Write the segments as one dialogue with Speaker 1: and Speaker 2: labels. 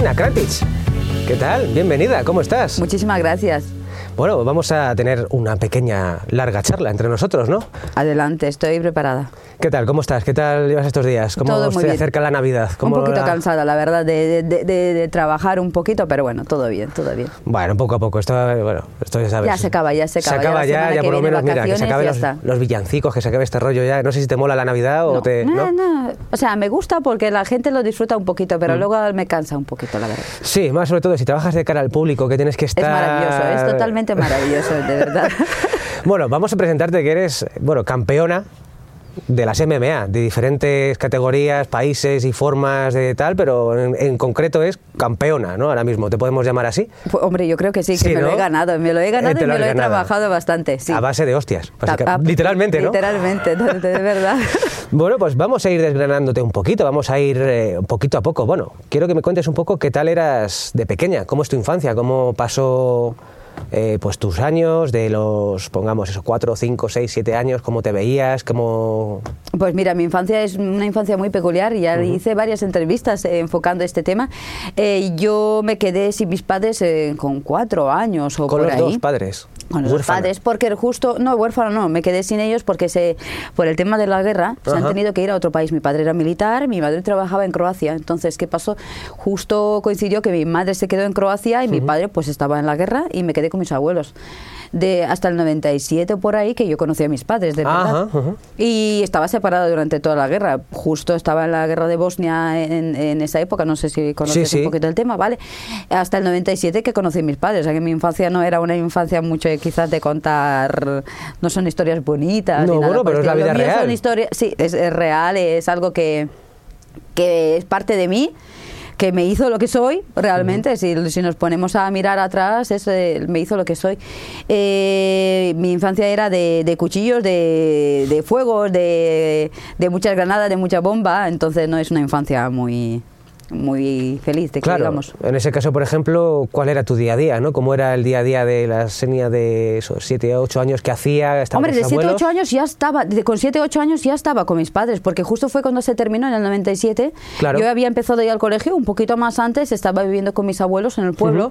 Speaker 1: Marina Kratic. ¿Qué tal? Bienvenida, ¿cómo estás?
Speaker 2: Muchísimas gracias.
Speaker 1: Bueno, vamos a tener una pequeña, larga charla entre nosotros, ¿no?
Speaker 2: Adelante, estoy preparada.
Speaker 1: ¿Qué tal? ¿Cómo estás? ¿Qué tal llevas estos días? ¿Cómo
Speaker 2: Todo muy
Speaker 1: se
Speaker 2: bien.
Speaker 1: acerca la Navidad?
Speaker 2: Un poquito cansada, la verdad, de trabajar un poquito, pero bueno, todo bien, todo bien.
Speaker 1: Bueno, poco a poco, esto ya sabes.
Speaker 2: Ya se acaba, ya se acaba.
Speaker 1: Se acaba ya por lo menos, mira, que se acaben los villancicos, que se acabe este rollo ya. No sé si te mola la Navidad o te...
Speaker 2: No. O sea, me gusta porque la gente lo disfruta un poquito, pero luego me cansa un poquito, la verdad.
Speaker 1: Sí, más sobre todo si trabajas de cara al público, que tienes que estar...
Speaker 2: Es maravilloso, es totalmente maravilloso, de verdad.
Speaker 1: Bueno, vamos a presentarte que eres, campeona de las MMA, de diferentes categorías, países y formas de tal, pero en concreto es campeona, ¿no? Ahora mismo, ¿te podemos llamar así?
Speaker 2: Pues, hombre, yo creo que sí, me
Speaker 1: ¿no?
Speaker 2: lo he ganado y me lo he trabajado bastante, sí.
Speaker 1: A base de hostias, literalmente, ¿no?
Speaker 2: Literalmente, de verdad.
Speaker 1: Bueno, pues vamos a ir desgranándote un poquito, vamos a ir poquito a poco. Bueno, quiero que me cuentes un poco qué tal eras de pequeña, cómo es tu infancia, cómo pasó... pues tus años, de los, pongamos eso, 4, 5, 6, 7 años, ¿cómo te veías? ¿Cómo...?
Speaker 2: Pues mira, mi infancia es una infancia muy peculiar y ya hice varias entrevistas enfocando este tema. Yo me quedé sin mis padres con 4 años o
Speaker 1: ¿Con
Speaker 2: por
Speaker 1: los
Speaker 2: ahí.
Speaker 1: dos padres?
Speaker 2: Con los padres, porque justo, no, huérfano no, me quedé sin ellos porque por el tema de la guerra se han tenido que ir a otro país. Mi padre era militar, mi madre trabajaba en Croacia. Entonces, ¿qué pasó? Justo coincidió que mi madre se quedó en Croacia y mi padre pues estaba en la guerra y me quedé con mis abuelos. Hasta el 97 por ahí que yo conocí a mis padres, de verdad. Y estaba separado durante toda la guerra. Justo estaba en la guerra de Bosnia en esa época, no sé si conoces un poquito el tema, ¿vale? Hasta el 97 que conocí a mis padres, o sea que mi infancia no era una infancia mucho quizás de contar, no son historias bonitas.
Speaker 1: No,
Speaker 2: ni nada,
Speaker 1: bueno, pero es la vida real.
Speaker 2: Son historias, sí, es real, es algo que es parte de mí, que me hizo lo que soy realmente. Si nos ponemos a mirar atrás, me hizo lo que soy. Mi infancia era de cuchillos, de fuegos, de muchas granadas, de mucha bomba, entonces no es una infancia muy feliz, digamos.
Speaker 1: En ese caso, por ejemplo, ¿cuál era tu día a día, no? ¿Cómo era el día a día de la Xenia de esos 7 o 8 años que hacía?
Speaker 2: Hombre, de 7 o 8 años ya estaba, con 7 o 8 años ya estaba con mis padres, porque justo fue cuando se terminó en el 97.
Speaker 1: Claro.
Speaker 2: Yo había empezado a ir al colegio un poquito más antes, estaba viviendo con mis abuelos en el pueblo.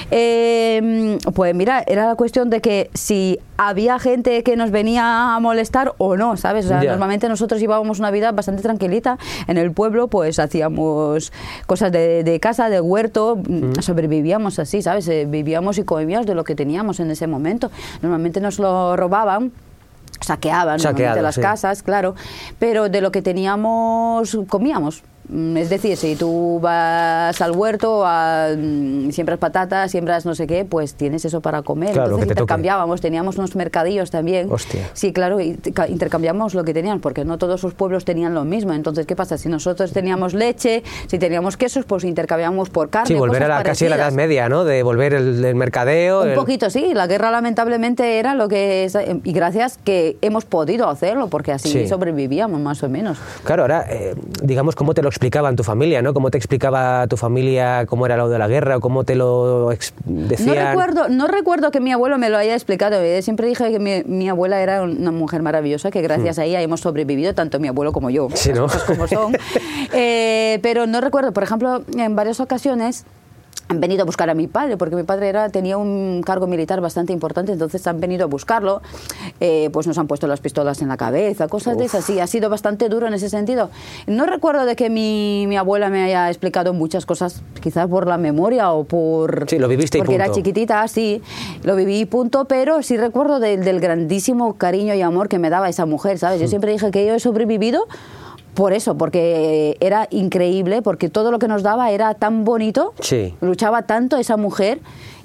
Speaker 2: Pues mira, era la cuestión de que si había gente que nos venía a molestar o no, ¿sabes? O sea, normalmente nosotros llevábamos una vida bastante tranquilita en el pueblo, pues hacíamos cosas de casa, de huerto, sobrevivíamos así, ¿sabes? Vivíamos y comíamos de lo que teníamos en ese momento. Normalmente nos lo robaban, saqueaban las casas, claro, pero de lo que teníamos comíamos. Es decir, si tú vas al huerto, siembras patatas, siembras no sé qué, pues tienes eso para comer.
Speaker 1: Claro,
Speaker 2: entonces intercambiábamos, teníamos unos mercadillos también.
Speaker 1: Hostia.
Speaker 2: Sí, claro, intercambiábamos lo que tenían, porque no todos los pueblos tenían lo mismo. Entonces, ¿qué pasa? Si nosotros teníamos leche, si teníamos quesos, pues intercambiábamos por carne.
Speaker 1: Sí, volver casi a la Edad Media, ¿no? De volver el mercadeo.
Speaker 2: Un poquito, sí. La guerra lamentablemente era lo que es, y gracias que hemos podido hacerlo, porque así sobrevivíamos más o menos.
Speaker 1: Claro, ahora, digamos, ¿cómo te lo explicaba en tu familia, no? ¿Cómo te explicaba tu familia cómo era lo de la guerra o cómo te lo decían?
Speaker 2: No recuerdo que mi abuelo me lo haya explicado. Siempre dije que mi abuela era una mujer maravillosa, que gracias a ella hemos sobrevivido, tanto mi abuelo como yo,
Speaker 1: sí, ¿no?
Speaker 2: Cosas como son. Pero no recuerdo, por ejemplo, en varias ocasiones han venido a buscar a mi padre, porque mi padre tenía un cargo militar bastante importante, entonces han venido a buscarlo, pues nos han puesto las pistolas en la cabeza, cosas de esas, sí, ha sido bastante duro en ese sentido. No recuerdo de que mi abuela me haya explicado muchas cosas, quizás por la memoria o por...
Speaker 1: Sí, lo viviste y punto.
Speaker 2: Porque era chiquitita, sí, lo viví y punto, pero sí recuerdo del grandísimo cariño y amor que me daba esa mujer, ¿sabes? Yo siempre dije que yo he sobrevivido por eso, porque era increíble, porque todo lo que nos daba era tan bonito, luchaba tanto esa mujer,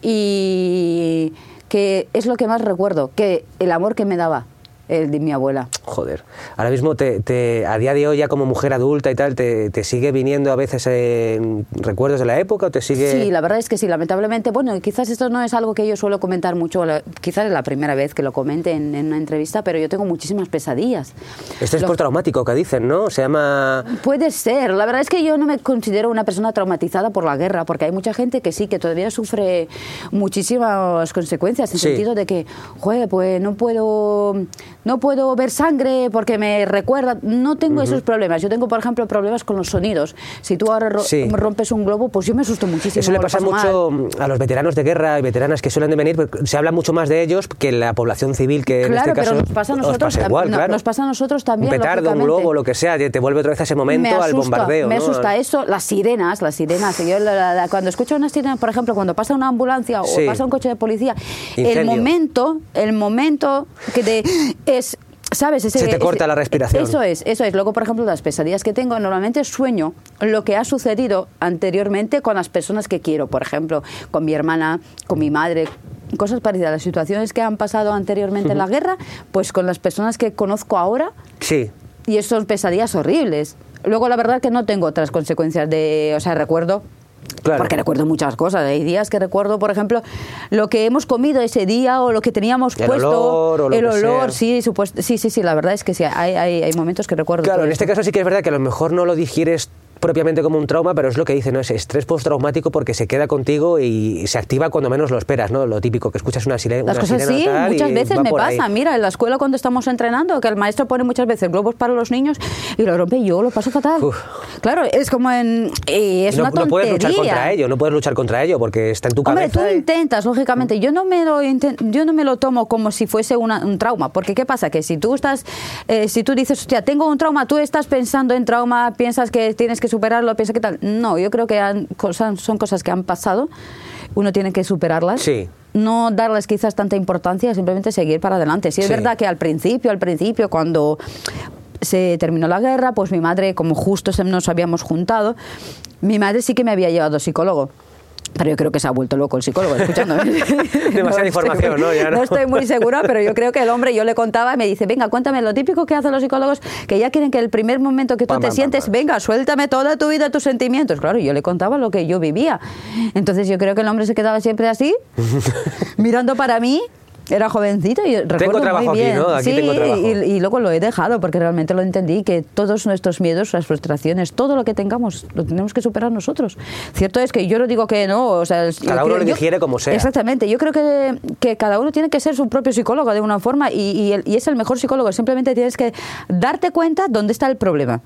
Speaker 2: y que es lo que más recuerdo, que el amor que me daba. El de mi abuela.
Speaker 1: Joder. Ahora mismo, a día de hoy, ya como mujer adulta y tal, ¿te sigue viniendo a veces recuerdos de la época o te sigue...?
Speaker 2: Sí, la verdad es que sí, lamentablemente. Bueno, quizás esto no es algo que yo suelo comentar mucho, quizás es la primera vez que lo comente en una entrevista, pero yo tengo muchísimas pesadillas.
Speaker 1: Esto es postraumático, que dicen, ¿no? Se llama...
Speaker 2: Puede ser. La verdad es que yo no me considero una persona traumatizada por la guerra, porque hay mucha gente que sí, que todavía sufre muchísimas consecuencias, en sentido de que, joder, pues no puedo ver sangre sangre, porque me recuerda. No tengo esos problemas. Yo tengo, por ejemplo, problemas con los sonidos. Si tú ahora rompes un globo, pues yo me asusto muchísimo.
Speaker 1: Eso le pasa mucho a los veteranos de guerra y veteranas que suelen de venir. Se habla mucho más de ellos que la población civil, que en este caso
Speaker 2: pero nos pasa a nosotros,
Speaker 1: igual, claro.
Speaker 2: Nos pasa a nosotros también.
Speaker 1: Un petardo, un globo, lo que sea, te vuelve otra vez a ese momento, al bombardeo.
Speaker 2: Me asusta eso, las sirenas. Yo cuando escucho una sirena, por ejemplo, cuando pasa una ambulancia o pasa un coche de policía,
Speaker 1: Incendio.
Speaker 2: el momento que es... ¿Sabes?
Speaker 1: Se te corta la respiración.
Speaker 2: Eso es. Luego, por ejemplo, las pesadillas que tengo, normalmente sueño lo que ha sucedido anteriormente con las personas que quiero, por ejemplo, con mi hermana, con mi madre, cosas parecidas, las situaciones que han pasado anteriormente en la guerra, pues con las personas que conozco ahora.
Speaker 1: Sí.
Speaker 2: Y eso son pesadillas horribles. Luego, la verdad que no tengo otras consecuencias recuerdo. Claro. Porque recuerdo muchas cosas. Hay días que recuerdo, por ejemplo, lo que hemos comido ese día o lo que teníamos puesto. El olor, sí, la verdad es que sí, hay momentos que recuerdo.
Speaker 1: Claro, en este caso sí que es verdad que a lo mejor no lo digieres propiamente como un trauma, pero es lo que dice, ¿no? Es estrés postraumático porque se queda contigo y se activa cuando menos lo esperas, ¿no? Lo típico, que escuchas una sirena.
Speaker 2: Las cosas sí, muchas veces me pasa. Mira, en la escuela cuando estamos entrenando, que el maestro pone muchas veces globos para los niños y lo rompe y yo lo paso fatal. Uf. Claro, es como es una tontería.
Speaker 1: No puedes luchar contra ello, porque está en tu cabeza.
Speaker 2: Hombre, tú intentas, lógicamente. Yo no me lo tomo como si fuese un trauma, porque ¿qué pasa? Que si tú dices, hostia, tengo un trauma, tú estás pensando en trauma, piensas que tienes que superarlo, piensa que tal. No, yo creo que son cosas que han pasado, uno tiene que superarlas.
Speaker 1: Sí.
Speaker 2: No darles quizás tanta importancia, simplemente seguir para adelante. Sí, es verdad que al principio, cuando se terminó la guerra, pues mi madre, como justo nos habíamos juntado, mi madre sí que me había llevado psicólogo. Pero yo creo que se ha vuelto loco el psicólogo, escuchándome.
Speaker 1: Demasiada información, ¿no? Ya no
Speaker 2: estoy muy segura, pero yo creo que el hombre, yo le contaba y me dice, venga, cuéntame lo típico que hacen los psicólogos, que ya quieren que el primer momento que tú te sientes, venga, suéltame toda tu vida, tus sentimientos. Claro, yo le contaba lo que yo vivía. Entonces yo creo que el hombre se quedaba siempre así, mirando para mí. Era jovencito y recuerdo
Speaker 1: tengo trabajo
Speaker 2: muy bien.
Speaker 1: Aquí, ¿no? Aquí
Speaker 2: sí,
Speaker 1: tengo trabajo.
Speaker 2: Y luego lo he dejado porque realmente lo entendí, que todos nuestros miedos, las frustraciones, todo lo que tengamos, lo tenemos que superar nosotros. Cierto es que yo no digo que no, o sea,
Speaker 1: cada uno lo digiere como sea.
Speaker 2: Exactamente, yo creo que cada uno tiene que ser su propio psicólogo de una forma y es el mejor psicólogo. Simplemente tienes que darte cuenta dónde está el problema.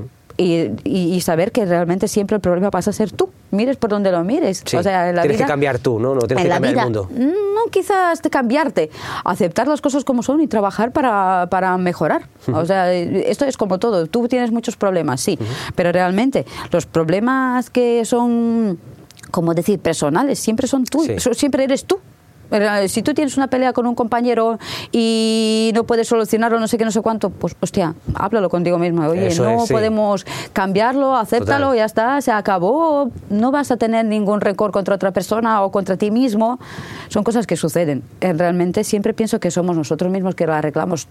Speaker 2: Y saber que realmente siempre el problema pasa a ser tú, mires por donde lo mires.
Speaker 1: Sí,
Speaker 2: o sea, en la
Speaker 1: tienes
Speaker 2: vida,
Speaker 1: que cambiar tú, ¿no? No tienes que cambiar el mundo.
Speaker 2: No, quizás cambiarte, aceptar las cosas como son y trabajar para mejorar. O sea, esto es como todo. Tú tienes muchos problemas, sí, pero realmente los problemas que son, como decir, personales, siempre son tú, siempre eres tú. Si tú tienes una pelea con un compañero y no puedes solucionarlo, no sé qué, no sé cuánto, pues hostia, háblalo contigo mismo. Oye, podemos cambiarlo, acéptalo, total. Ya está, se acabó. No vas a tener ningún rencor contra otra persona o contra ti mismo. Son cosas que suceden. Realmente siempre pienso que somos nosotros mismos que lo arreglamos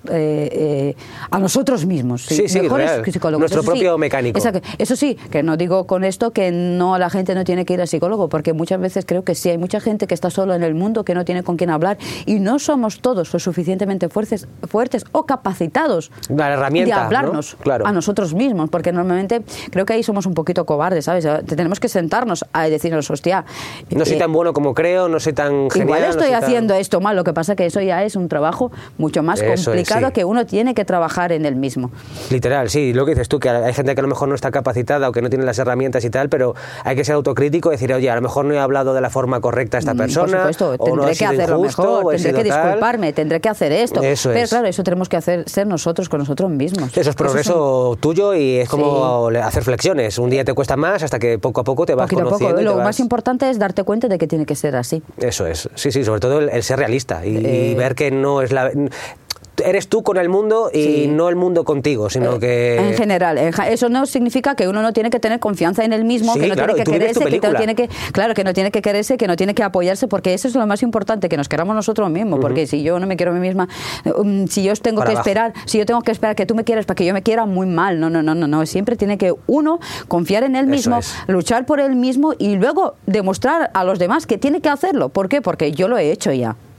Speaker 2: a nosotros mismos.
Speaker 1: Sí, mejores psicólogos. Nuestro propio mecánico.
Speaker 2: Exacto. Eso sí, que no digo con esto que no, la gente no tiene que ir al psicólogo, porque muchas veces creo que sí, hay mucha gente que está solo en el mundo, que no tiene con quién hablar y no somos todos lo suficientemente fuertes o capacitados
Speaker 1: la herramienta,
Speaker 2: de hablarnos,
Speaker 1: ¿no? Claro.
Speaker 2: A nosotros mismos, porque normalmente creo que ahí somos un poquito cobardes, ¿sabes? Tenemos que sentarnos a decirnos, hostia,
Speaker 1: no soy tan bueno como creo, no soy tan genial.
Speaker 2: Igual estoy haciendo esto mal, lo que pasa que eso ya es un trabajo mucho más complicado que uno tiene que trabajar en el mismo.
Speaker 1: Literal, sí, lo que dices tú, que hay gente que a lo mejor no está capacitada o que no tiene las herramientas y tal, pero hay que ser autocrítico y decir, oye, a lo mejor no he hablado de la forma correcta a esta persona.
Speaker 2: Por supuesto, tendré que hacerlo mejor, tendré que disculparme, tendré que hacer esto. Pero claro, eso tenemos que ser nosotros con nosotros mismos.
Speaker 1: Eso es progreso tuyo y es como hacer flexiones. Un día te cuesta más hasta que poco a poco te vas conociendo.
Speaker 2: Lo más importante es darte cuenta de que tiene que ser así.
Speaker 1: Eso es, sí, sobre todo el ser realista y ver que no es la... Eres tú con el mundo y no el mundo contigo, sino que...
Speaker 2: En general, eso no significa que uno no tiene que tener confianza en él mismo, que no tiene que quererse, que no tiene que quererse, que no tiene que apoyarse, porque eso es lo más importante, que nos queramos nosotros mismos, porque si yo no me quiero a mí misma, si yo tengo que esperar que tú me quieras para que yo me quiera, muy mal, no, siempre tiene que uno confiar en él mismo, luchar por él mismo y luego demostrar a los demás que tiene que hacerlo. ¿Por qué? Porque yo lo he hecho ya.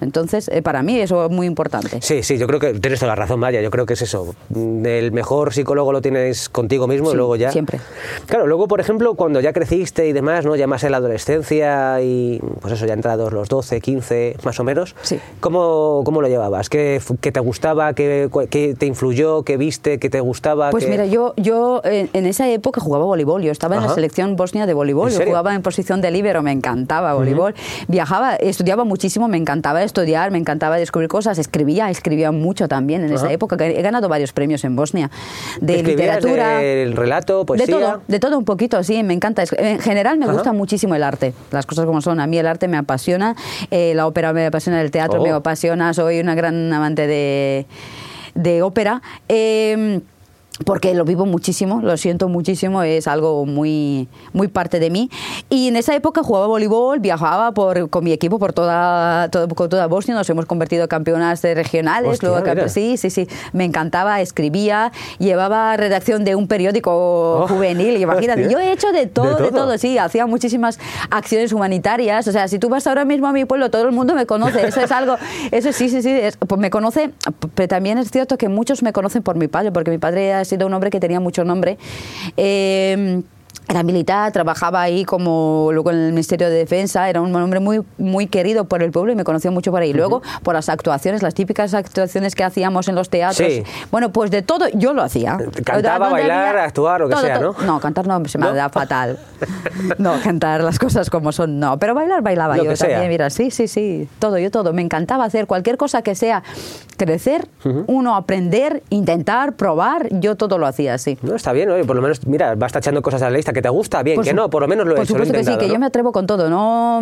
Speaker 2: Entonces, para mí eso es muy importante.
Speaker 1: Sí, yo creo que tienes toda la razón, Maya. Yo creo que es eso. El mejor psicólogo lo tienes contigo mismo y luego ya...
Speaker 2: siempre.
Speaker 1: Claro, luego, por ejemplo, cuando ya creciste y demás, ¿no? Ya más en la adolescencia y, pues eso, ya entrados los 12, 15, más o menos.
Speaker 2: Sí.
Speaker 1: ¿Cómo lo llevabas? ¿Qué te gustaba? ¿Qué te influyó? ¿Qué viste? ¿Qué te gustaba?
Speaker 2: Pues mira, yo en esa época jugaba voleibol. Yo estaba en la selección bosnia de voleibol. Yo jugaba en posición de líbero, me encantaba voleibol. Viajaba, estudiaba muchísimo, me encantaba estudiar, me encantaba descubrir cosas. Escribía mucho también en esa época. He ganado varios premios en Bosnia de literatura.
Speaker 1: ¿El relato, poesía?
Speaker 2: De todo un poquito, sí, me encanta. En general me gusta muchísimo el arte, las cosas como son. A mí el arte me apasiona, la ópera me apasiona, el teatro me apasiona, soy una gran amante de ópera. Porque lo vivo muchísimo, lo siento muchísimo, es algo muy, muy parte de mí. Y en esa época jugaba voleibol, viajaba con mi equipo por toda Bosnia, nos hemos convertido en campeonas regionales.
Speaker 1: Hostia,
Speaker 2: luego, sí, me encantaba, escribía, llevaba redacción de un periódico juvenil, imagínate. Hostia. Yo he hecho de todo, sí, hacía muchísimas acciones humanitarias. O sea, si tú vas ahora mismo a mi pueblo, todo el mundo me conoce, eso es algo, eso sí, pues me conoce, pero también es cierto que muchos me conocen por mi padre, porque mi padre ha sido un hombre que tenía mucho nombre. Era militar, trabajaba ahí como luego en el Ministerio de Defensa, era un hombre muy, muy querido por el pueblo y me conoció mucho por ahí. Luego, por las actuaciones, las típicas actuaciones que hacíamos en los teatros, bueno, pues de todo yo lo hacía.
Speaker 1: Cantaba, bailar, actuar, lo que sea, ¿no?
Speaker 2: No, cantar no, se me da fatal. No, cantar las cosas como son, no, pero bailar bailaba yo también, mira, sí, yo todo. Me encantaba hacer cualquier cosa que sea crecer, uno aprender, intentar, probar, yo todo lo hacía así.
Speaker 1: No, está bien, oye, por lo menos, mira, vas tachando cosas a la lista que te gusta, bien, que no, por lo menos lo he hecho.
Speaker 2: Por supuesto que sí, que yo me atrevo con todo, no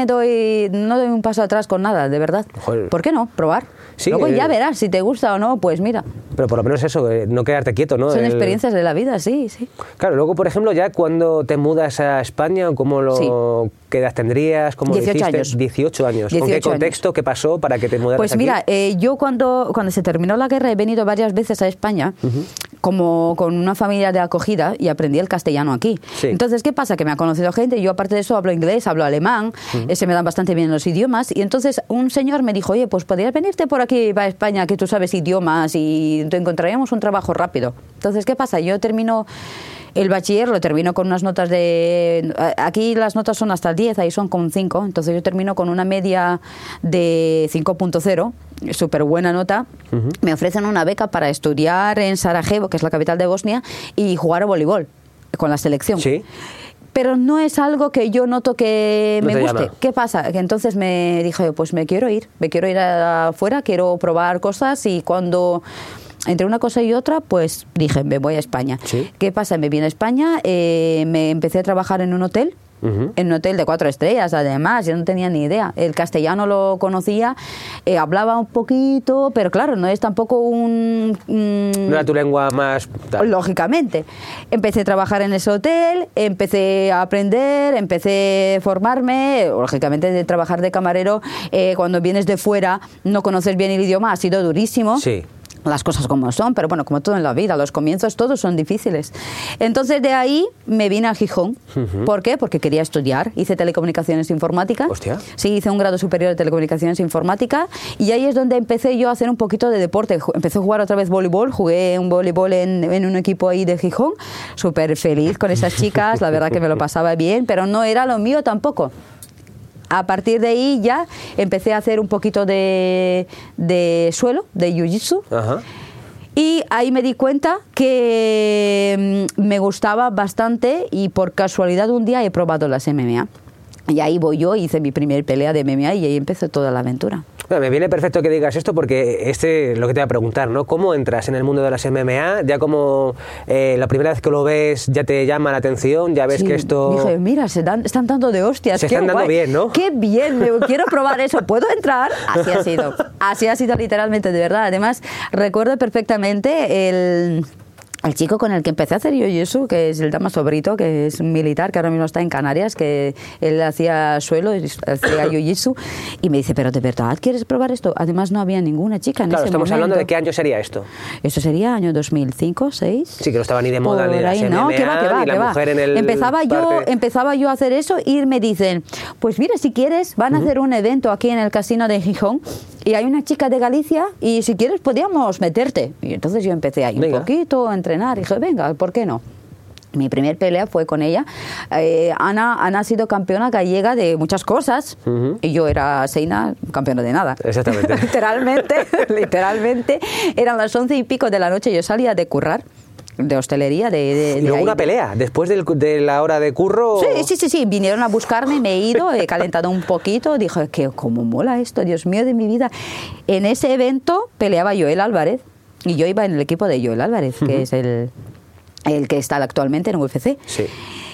Speaker 2: doy un paso atrás con nada, de verdad.
Speaker 1: Joder.
Speaker 2: ¿Por qué no? Probar.
Speaker 1: Sí,
Speaker 2: luego ya verás si te gusta o no, pues mira.
Speaker 1: Pero por lo menos eso, no quedarte quieto, ¿no?
Speaker 2: Son experiencias de la vida, sí.
Speaker 1: Claro, luego, por ejemplo, ya cuando te mudas a España, ¿qué edad tendrías? ¿Cómo
Speaker 2: 18 años.
Speaker 1: 18 años. ¿Con qué contexto? ¿Qué pasó para que te mudaras
Speaker 2: Pues
Speaker 1: aquí?
Speaker 2: Mira, yo cuando se terminó la guerra he venido varias veces a España como con una familia de acogida y aprendí el castellano aquí.
Speaker 1: Sí.
Speaker 2: Entonces, ¿qué pasa? Que me ha conocido gente, yo aparte de eso hablo inglés, hablo alemán, se me dan bastante bien los idiomas y entonces un señor me dijo, oye, pues podrías venirte por aquí a España que tú sabes idiomas y te encontraríamos un trabajo rápido. Entonces, ¿qué pasa? Yo termino el bachiller, lo termino con unas notas de... Aquí las notas son hasta el 10, ahí son con 5, entonces yo termino con una media de 5.0, súper buena nota. Me ofrecen una beca para estudiar en Sarajevo, que es la capital de Bosnia, y jugar a voleibol con la selección.
Speaker 1: Sí.
Speaker 2: Pero no es algo que yo noto que me guste.
Speaker 1: Llama.
Speaker 2: ¿Qué pasa? Que entonces me dije, pues me quiero ir afuera, quiero probar cosas y cuando... Entre una cosa y otra, pues dije, me voy a España.
Speaker 1: ¿Sí?
Speaker 2: ¿Qué pasa? Me vine a España, me empecé a trabajar en un hotel, en un hotel de 4 estrellas, además, yo no tenía ni idea. El castellano lo conocía, hablaba un poquito, pero claro, no es tampoco un...
Speaker 1: no era tu lengua más...
Speaker 2: Lógicamente. Empecé a trabajar en ese hotel, empecé a aprender, empecé a formarme, lógicamente de trabajar de camarero, cuando vienes de fuera, no conoces bien el idioma, ha sido durísimo.
Speaker 1: Sí.
Speaker 2: Las cosas como son, pero bueno, como todo en la vida, los comienzos todos son difíciles. Entonces de ahí me vine a Gijón. ¿Por qué? Porque quería estudiar. Hice telecomunicaciones informática.
Speaker 1: Hostia.
Speaker 2: Sí, hice un grado superior de telecomunicaciones informática y ahí es donde empecé yo a hacer un poquito de deporte. Empecé a jugar otra vez voleibol, jugué un voleibol en un equipo ahí de Gijón, súper feliz con esas chicas, la verdad que me lo pasaba bien, pero no era lo mío tampoco. A partir de ahí ya empecé a hacer un poquito de suelo, de jiu-jitsu. Y ahí me di cuenta que me gustaba bastante y por casualidad un día he probado las MMA. Y ahí voy yo, hice mi primer pelea de MMA y ahí empezó toda la aventura.
Speaker 1: Bueno, me viene perfecto que digas esto porque lo que te voy a preguntar, ¿no? ¿Cómo entras en el mundo de las MMA? Ya como la primera vez que lo ves ya te llama la atención, ya ves que esto...
Speaker 2: Dije, mira, están dando de hostias.
Speaker 1: Se están dando bien, ¿no?
Speaker 2: ¡Qué bien! Quiero probar eso. ¿Puedo entrar? Así ha sido literalmente, de verdad. Además, recuerdo perfectamente el chico con el que empecé a hacer jiu-jitsu, que es el Damaso Brito, que es un militar que ahora mismo está en Canarias, que él hacía suelo, hacía jiu-jitsu, y me dice, pero ¿de verdad quieres probar esto? Además no había ninguna chica en ese momento.
Speaker 1: Estamos hablando de qué año sería esto.
Speaker 2: Eso sería año 2005, 2006.
Speaker 1: Sí, que no estaba ni de moda ni las MMA,
Speaker 2: no, que va,
Speaker 1: ni la mujer en el
Speaker 2: empezaba yo a hacer eso y me dicen, pues mira, si quieres, van a hacer un evento aquí en el casino de Gijón y hay una chica de Galicia y si quieres podíamos meterte. Y entonces yo empecé ahí un poquito a entrenar y dije, venga, ¿por qué no? Mi primer pelea fue con ella. Ana ha sido campeona gallega de muchas cosas y yo era Seina, campeona de nada.
Speaker 1: Exactamente.
Speaker 2: literalmente. Eran las 11 y pico de la noche, yo salía de currar, de hostelería.
Speaker 1: ¿Y luego una pelea? ¿Después de la hora de curro?
Speaker 2: Sí. Vinieron a buscarme, me he ido, he calentado un poquito. Dije, que cómo mola esto, Dios mío de mi vida. En ese evento peleaba Joel Álvarez y yo iba en el equipo de Joel Álvarez, que es el que está actualmente en UFC.
Speaker 1: Sí.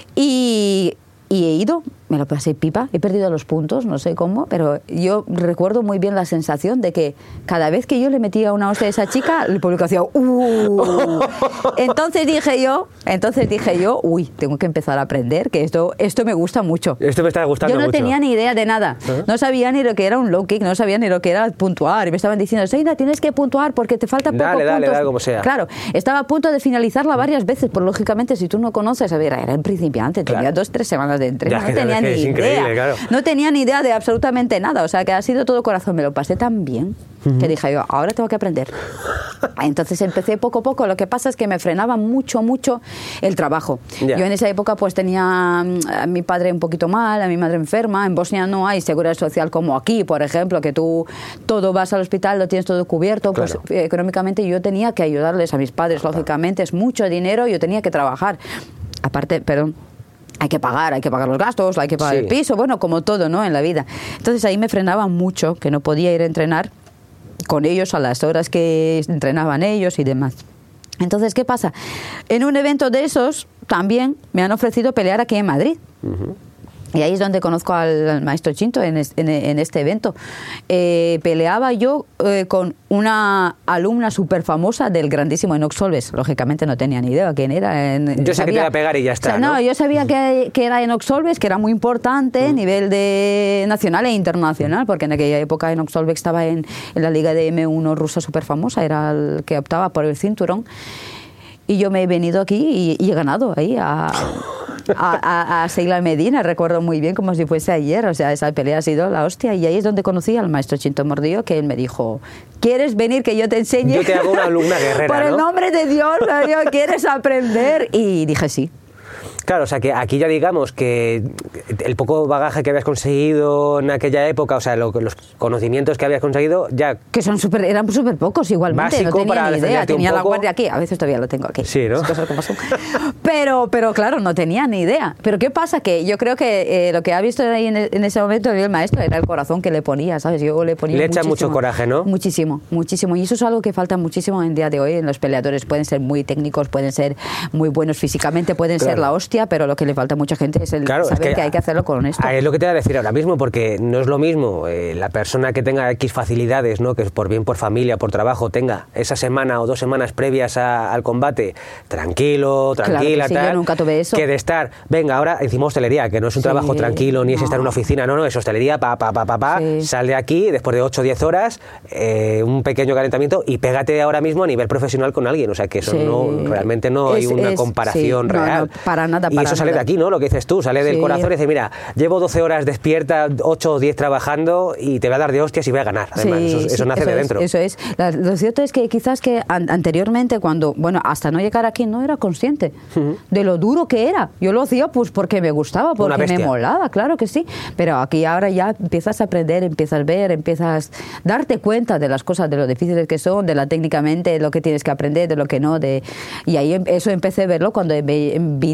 Speaker 2: Y he ido, me lo pasé pipa, he perdido los puntos, no sé cómo, pero yo recuerdo muy bien la sensación de que cada vez que yo le metía una hostia a esa chica, el público hacía Entonces dije yo, uy, tengo que empezar a aprender, que esto me gusta mucho.
Speaker 1: Esto me está gustando mucho.
Speaker 2: Yo no tenía ni idea de nada, no sabía ni lo que era un low kick, no sabía ni lo que era puntuar, y me estaban diciendo, Seina, tienes que puntuar porque te falta poco puntos.
Speaker 1: Dale, como sea.
Speaker 2: Claro, estaba a punto de finalizarla varias veces, pero lógicamente si tú no conoces, a ver, era en principiante, tenía 2-3 semanas de entreno, no tenía ni idea, claro. No tenía ni idea de absolutamente nada, o sea que ha sido todo corazón, me lo pasé tan bien que dije yo, ahora tengo que aprender. Entonces empecé poco a poco, lo que pasa es que me frenaba mucho el trabajo. Yo en esa época pues tenía a mi padre un poquito mal, a mi madre enferma, en Bosnia no hay seguridad social como aquí, por ejemplo, que tú todo vas al hospital, lo tienes todo cubierto, claro. Pues económicamente yo tenía que ayudarles a mis padres, lógicamente es mucho dinero, yo tenía que trabajar. Aparte, hay que pagar los gastos, hay que pagar el piso, bueno, como todo, ¿no?, en la vida. Entonces ahí me frenaba mucho, que no podía ir a entrenar con ellos a las horas que entrenaban ellos y demás. Entonces, ¿qué pasa? En un evento de esos también me han ofrecido pelear aquí en Madrid. Y ahí es donde conozco al maestro Chinto en este evento. Peleaba yo con una alumna súper famosa del grandísimo Enoch Solves. Lógicamente no tenía ni idea quién era.
Speaker 1: Yo sé que te iba a pegar y ya está.
Speaker 2: O sea, no, yo sabía que era Enoch Solves, que era muy importante a nivel nacional e internacional, porque en aquella época Enoch Solves estaba en la liga de M1 rusa súper famosa, era el que optaba por el cinturón. Y yo me he venido aquí y he ganado ahí a Seila Medina, recuerdo muy bien como si fuese ayer, o sea, esa pelea ha sido la hostia, y ahí es donde conocí al maestro Chinto Mordillo, que él me dijo, ¿quieres venir que yo te enseñe?
Speaker 1: Yo te hago una alumna guerrera,
Speaker 2: por el nombre de Dios, ¿quieres aprender? Y dije sí.
Speaker 1: Claro, o sea, que aquí ya digamos que el poco bagaje que habías conseguido en aquella época, o sea, los conocimientos que habías conseguido, ya...
Speaker 2: Que eran súper pocos igualmente,
Speaker 1: básico,
Speaker 2: no tenía
Speaker 1: para
Speaker 2: ni idea, tenía la guardia aquí, a veces todavía lo tengo aquí.
Speaker 1: Sí, ¿no?
Speaker 2: Cosas como son. Pero claro, no tenía ni idea. Pero ¿qué pasa? Que yo creo que lo que ha visto ahí en ese momento el maestro era el corazón que le ponía, ¿sabes? Yo le ponía
Speaker 1: echa mucho coraje, ¿no?
Speaker 2: Muchísimo. Y eso es algo que falta muchísimo en el día de hoy en los peleadores. Pueden ser muy técnicos, pueden ser muy buenos físicamente, pueden ser la hostia, pero lo que le falta a mucha gente es el saber que hay que hacerlo con esto.
Speaker 1: Es lo que te voy a decir ahora mismo, porque no es lo mismo la persona que tenga X facilidades, ¿no?, que por bien, por familia, por trabajo, tenga esa semana o 2 semanas previas al combate tranquila,
Speaker 2: claro que sí,
Speaker 1: tal,
Speaker 2: yo nunca tuve eso.
Speaker 1: Que de estar, venga, ahora encima hostelería, que no es un trabajo tranquilo, ni es estar en una oficina, no, es hostelería, sal de aquí, después de 8 o 10 horas, un pequeño calentamiento y pégate ahora mismo a nivel profesional con alguien, o sea, que eso realmente no hay una comparación real.
Speaker 2: No, para nada,
Speaker 1: y eso sale de aquí, ¿no? Lo que dices tú, sale del corazón y dices, mira, llevo 12 horas despierta, 8 o 10 trabajando y te voy a dar de hostias y voy a ganar. Además, eso nace de dentro.
Speaker 2: Eso es. Lo cierto es que quizás que anteriormente, hasta no llegar aquí, no era consciente de lo duro que era. Yo lo hacía pues porque me gustaba, porque me molaba, claro que sí. Pero aquí ahora ya empiezas a aprender, empiezas a ver, empiezas a darte cuenta de las cosas, de lo difíciles que son, de técnicamente, lo que tienes que aprender, de lo que no. Y ahí eso empecé a verlo cuando vine aquí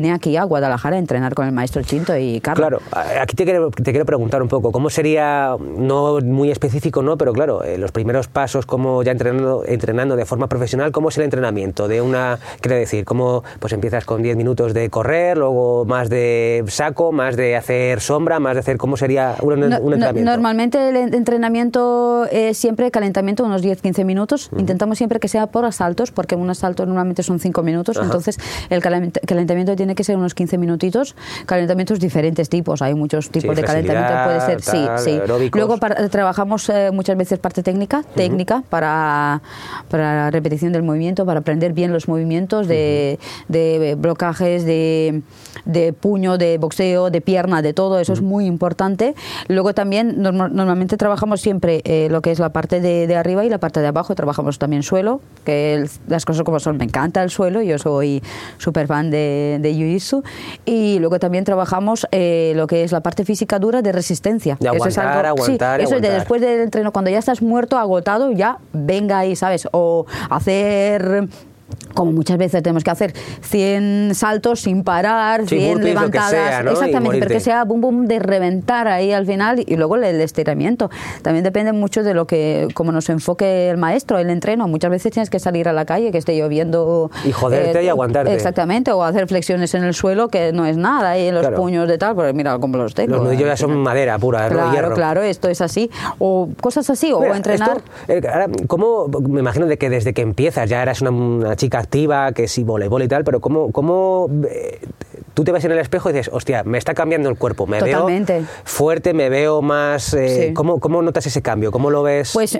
Speaker 2: a Guadalajara a entrenar con el maestro Chinto y Carlos.
Speaker 1: Claro, aquí te quiero preguntar un poco, ¿cómo sería, no muy específico, ¿no? Pero claro, los primeros pasos, como ya entrenando de forma profesional, ¿cómo es el entrenamiento? Quiero decir, ¿cómo pues empiezas con 10 minutos de correr, luego más de saco, más de hacer sombra, más de hacer, ¿cómo sería un entrenamiento?
Speaker 2: Normalmente el entrenamiento es siempre calentamiento, unos 10-15 minutos. Intentamos siempre que sea por asaltos, porque un asalto normalmente son 5 minutos, entonces el calentamiento tiene que ser unos 15 minutitos. Calentamientos diferentes tipos, hay muchos tipos de calentamiento, puede ser, sí.
Speaker 1: Aeróbicos.
Speaker 2: Luego trabajamos muchas veces parte técnica para repetición del movimiento, para aprender bien los movimientos de blocajes, de puño, de boxeo, de pierna, de todo, eso es muy importante. Luego también normalmente trabajamos siempre lo que es la parte de arriba y la parte de abajo, trabajamos también suelo, que las cosas como son, me encanta el suelo, yo soy súper fan de Jiu-Jitsu, y luego también trabajamos lo que es la parte física dura de resistencia.
Speaker 1: De aguantar,
Speaker 2: eso es algo,
Speaker 1: aguantar,
Speaker 2: eso
Speaker 1: aguantar.
Speaker 2: es de después del entreno, cuando ya estás muerto, agotado, ya venga ahí, ¿sabes? O hacer, como muchas veces tenemos que hacer, 100 saltos sin parar, 100 levantadas,
Speaker 1: sea, ¿no?
Speaker 2: Exactamente, pero que sea boom boom de reventar ahí al final, y luego el estiramiento. También depende mucho de cómo nos enfoque el maestro, el entreno. Muchas veces tienes que salir a la calle, que esté lloviendo
Speaker 1: y joderte y aguantarte.
Speaker 2: Exactamente, o hacer flexiones en el suelo, que no es nada, y en los puños de tal, porque mira cómo los tengo.
Speaker 1: Los nudillos ya son madera pura, hierro.
Speaker 2: Claro, esto es así, o cosas así. Mira, o entrenar.
Speaker 1: Ahora, ¿cómo? Me imagino de que desde que empiezas ya eras una chica activa, que sí, voleibol y tal, pero ¿cómo tú te ves en el espejo y dices, hostia, me está cambiando el cuerpo, me
Speaker 2: Totalmente.
Speaker 1: veo fuerte, me veo más...
Speaker 2: Sí.
Speaker 1: ¿Cómo notas ese cambio? ¿Cómo lo ves?
Speaker 2: Pues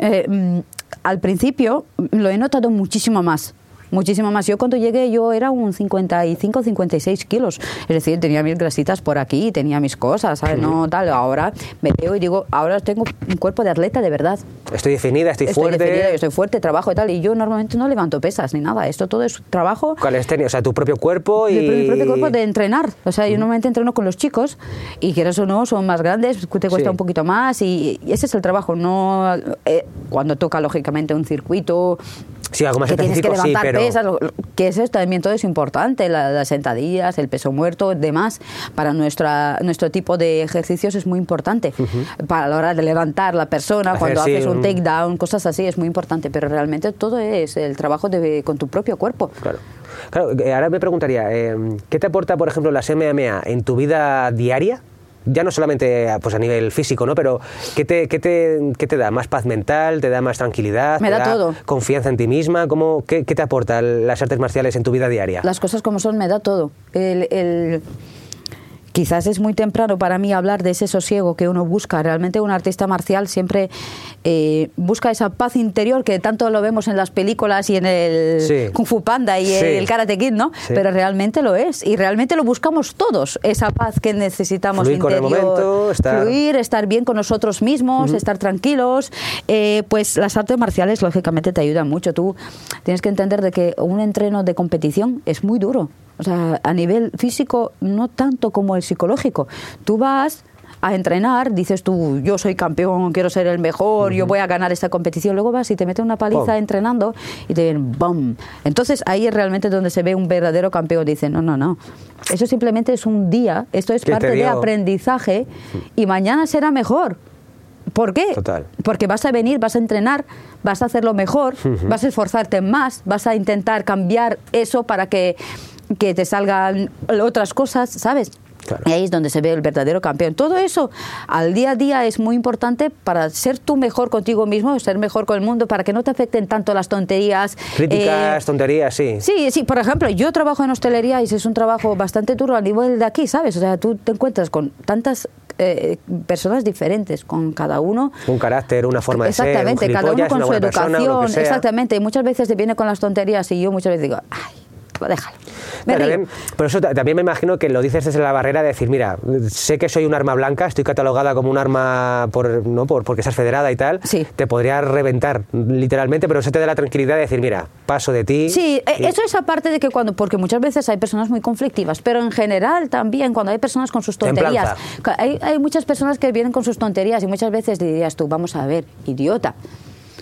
Speaker 2: al principio lo he notado muchísimo más. Yo cuando llegué yo era un 55, 56 kilos. Es decir, tenía mis grasitas por aquí, tenía mis cosas, ¿sabes? No tal. Ahora me veo y digo, ahora tengo un cuerpo de atleta de verdad.
Speaker 1: Estoy definida, estoy fuerte.
Speaker 2: Yo estoy fuerte, trabajo y tal. Y yo normalmente no levanto pesas ni nada. Esto todo es trabajo.
Speaker 1: Calistenia, o sea, tu propio cuerpo y...
Speaker 2: Mi propio cuerpo de entrenar. O sea, yo normalmente entreno con los chicos y quieras o no, son más grandes, te cuesta un poquito más y ese es el trabajo. No cuando toca, lógicamente, un circuito...
Speaker 1: Sí, algo más
Speaker 2: que tienes que
Speaker 1: específico,
Speaker 2: levantar pesas,
Speaker 1: pero...
Speaker 2: que eso también todo es importante, las sentadillas, el peso muerto, demás, para nuestro tipo de ejercicios es muy importante. Para la hora de levantar la persona, cuando haces un takedown, cosas así, es muy importante, pero realmente todo es el trabajo con tu propio cuerpo.
Speaker 1: Claro, ahora me preguntaría, ¿qué te aporta, por ejemplo, las MMA en tu vida diaria? Ya no solamente pues a nivel físico, ¿no? Pero ¿qué te da? ¿Más paz mental? ¿Te da más tranquilidad?
Speaker 2: Me da todo.
Speaker 1: ¿Confianza en ti misma? ¿Qué te aporta las artes marciales en tu vida diaria?
Speaker 2: Las cosas como son, me da todo. Quizás es muy temprano para mí hablar de ese sosiego que uno busca. Realmente un artista marcial siempre busca esa paz interior que tanto lo vemos en las películas y en el Kung Fu Panda y el Karate Kid, ¿no? Sí. Pero realmente lo es y realmente lo buscamos todos, esa paz que necesitamos
Speaker 1: fluir
Speaker 2: interior.
Speaker 1: Con el momento,
Speaker 2: fluir, estar bien con nosotros mismos, estar tranquilos. Pues las artes marciales lógicamente te ayudan mucho. Tú tienes que entender de que un entreno de competición es muy duro. O sea, a nivel físico, no tanto como el psicológico. Tú vas a entrenar, dices tú, yo soy campeón, quiero ser el mejor, yo voy a ganar esta competición. Luego vas y te metes una paliza entrenando y te vienen ¡bum! Entonces ahí es realmente donde se ve un verdadero campeón. Dicen, no. Eso simplemente es un día, esto es parte de aprendizaje y mañana será mejor. ¿Por qué?
Speaker 1: Total.
Speaker 2: Porque vas a venir, vas a entrenar, vas a hacerlo mejor, vas a esforzarte más, vas a intentar cambiar eso para que te salgan otras cosas, ¿sabes? Claro. Y ahí es donde se ve el verdadero campeón. Todo eso al día a día es muy importante para ser tú mejor contigo mismo, ser mejor con el mundo, para que no te afecten tanto las tonterías.
Speaker 1: Críticas, tonterías, sí.
Speaker 2: Sí, por ejemplo, yo trabajo en hostelería y es un trabajo bastante duro a nivel de aquí, ¿sabes? O sea, tú te encuentras con tantas personas diferentes, con cada uno.
Speaker 1: Un carácter, una forma de ser,
Speaker 2: exactamente, cada uno con su educación, exactamente. Y muchas veces te viene con las tonterías y yo muchas veces digo, ay, déjalo.
Speaker 1: Por eso también me imagino que lo dices desde la barrera de decir, mira, sé que soy un arma blanca, estoy catalogada como un arma porque estás federada y tal, te podría reventar literalmente, pero eso te da la tranquilidad de decir, mira, paso de ti.
Speaker 2: Sí, eso es aparte de que porque muchas veces hay personas muy conflictivas, pero en general también cuando hay personas con sus tonterías, hay muchas personas que vienen con sus tonterías y muchas veces dirías tú, vamos a ver, idiota.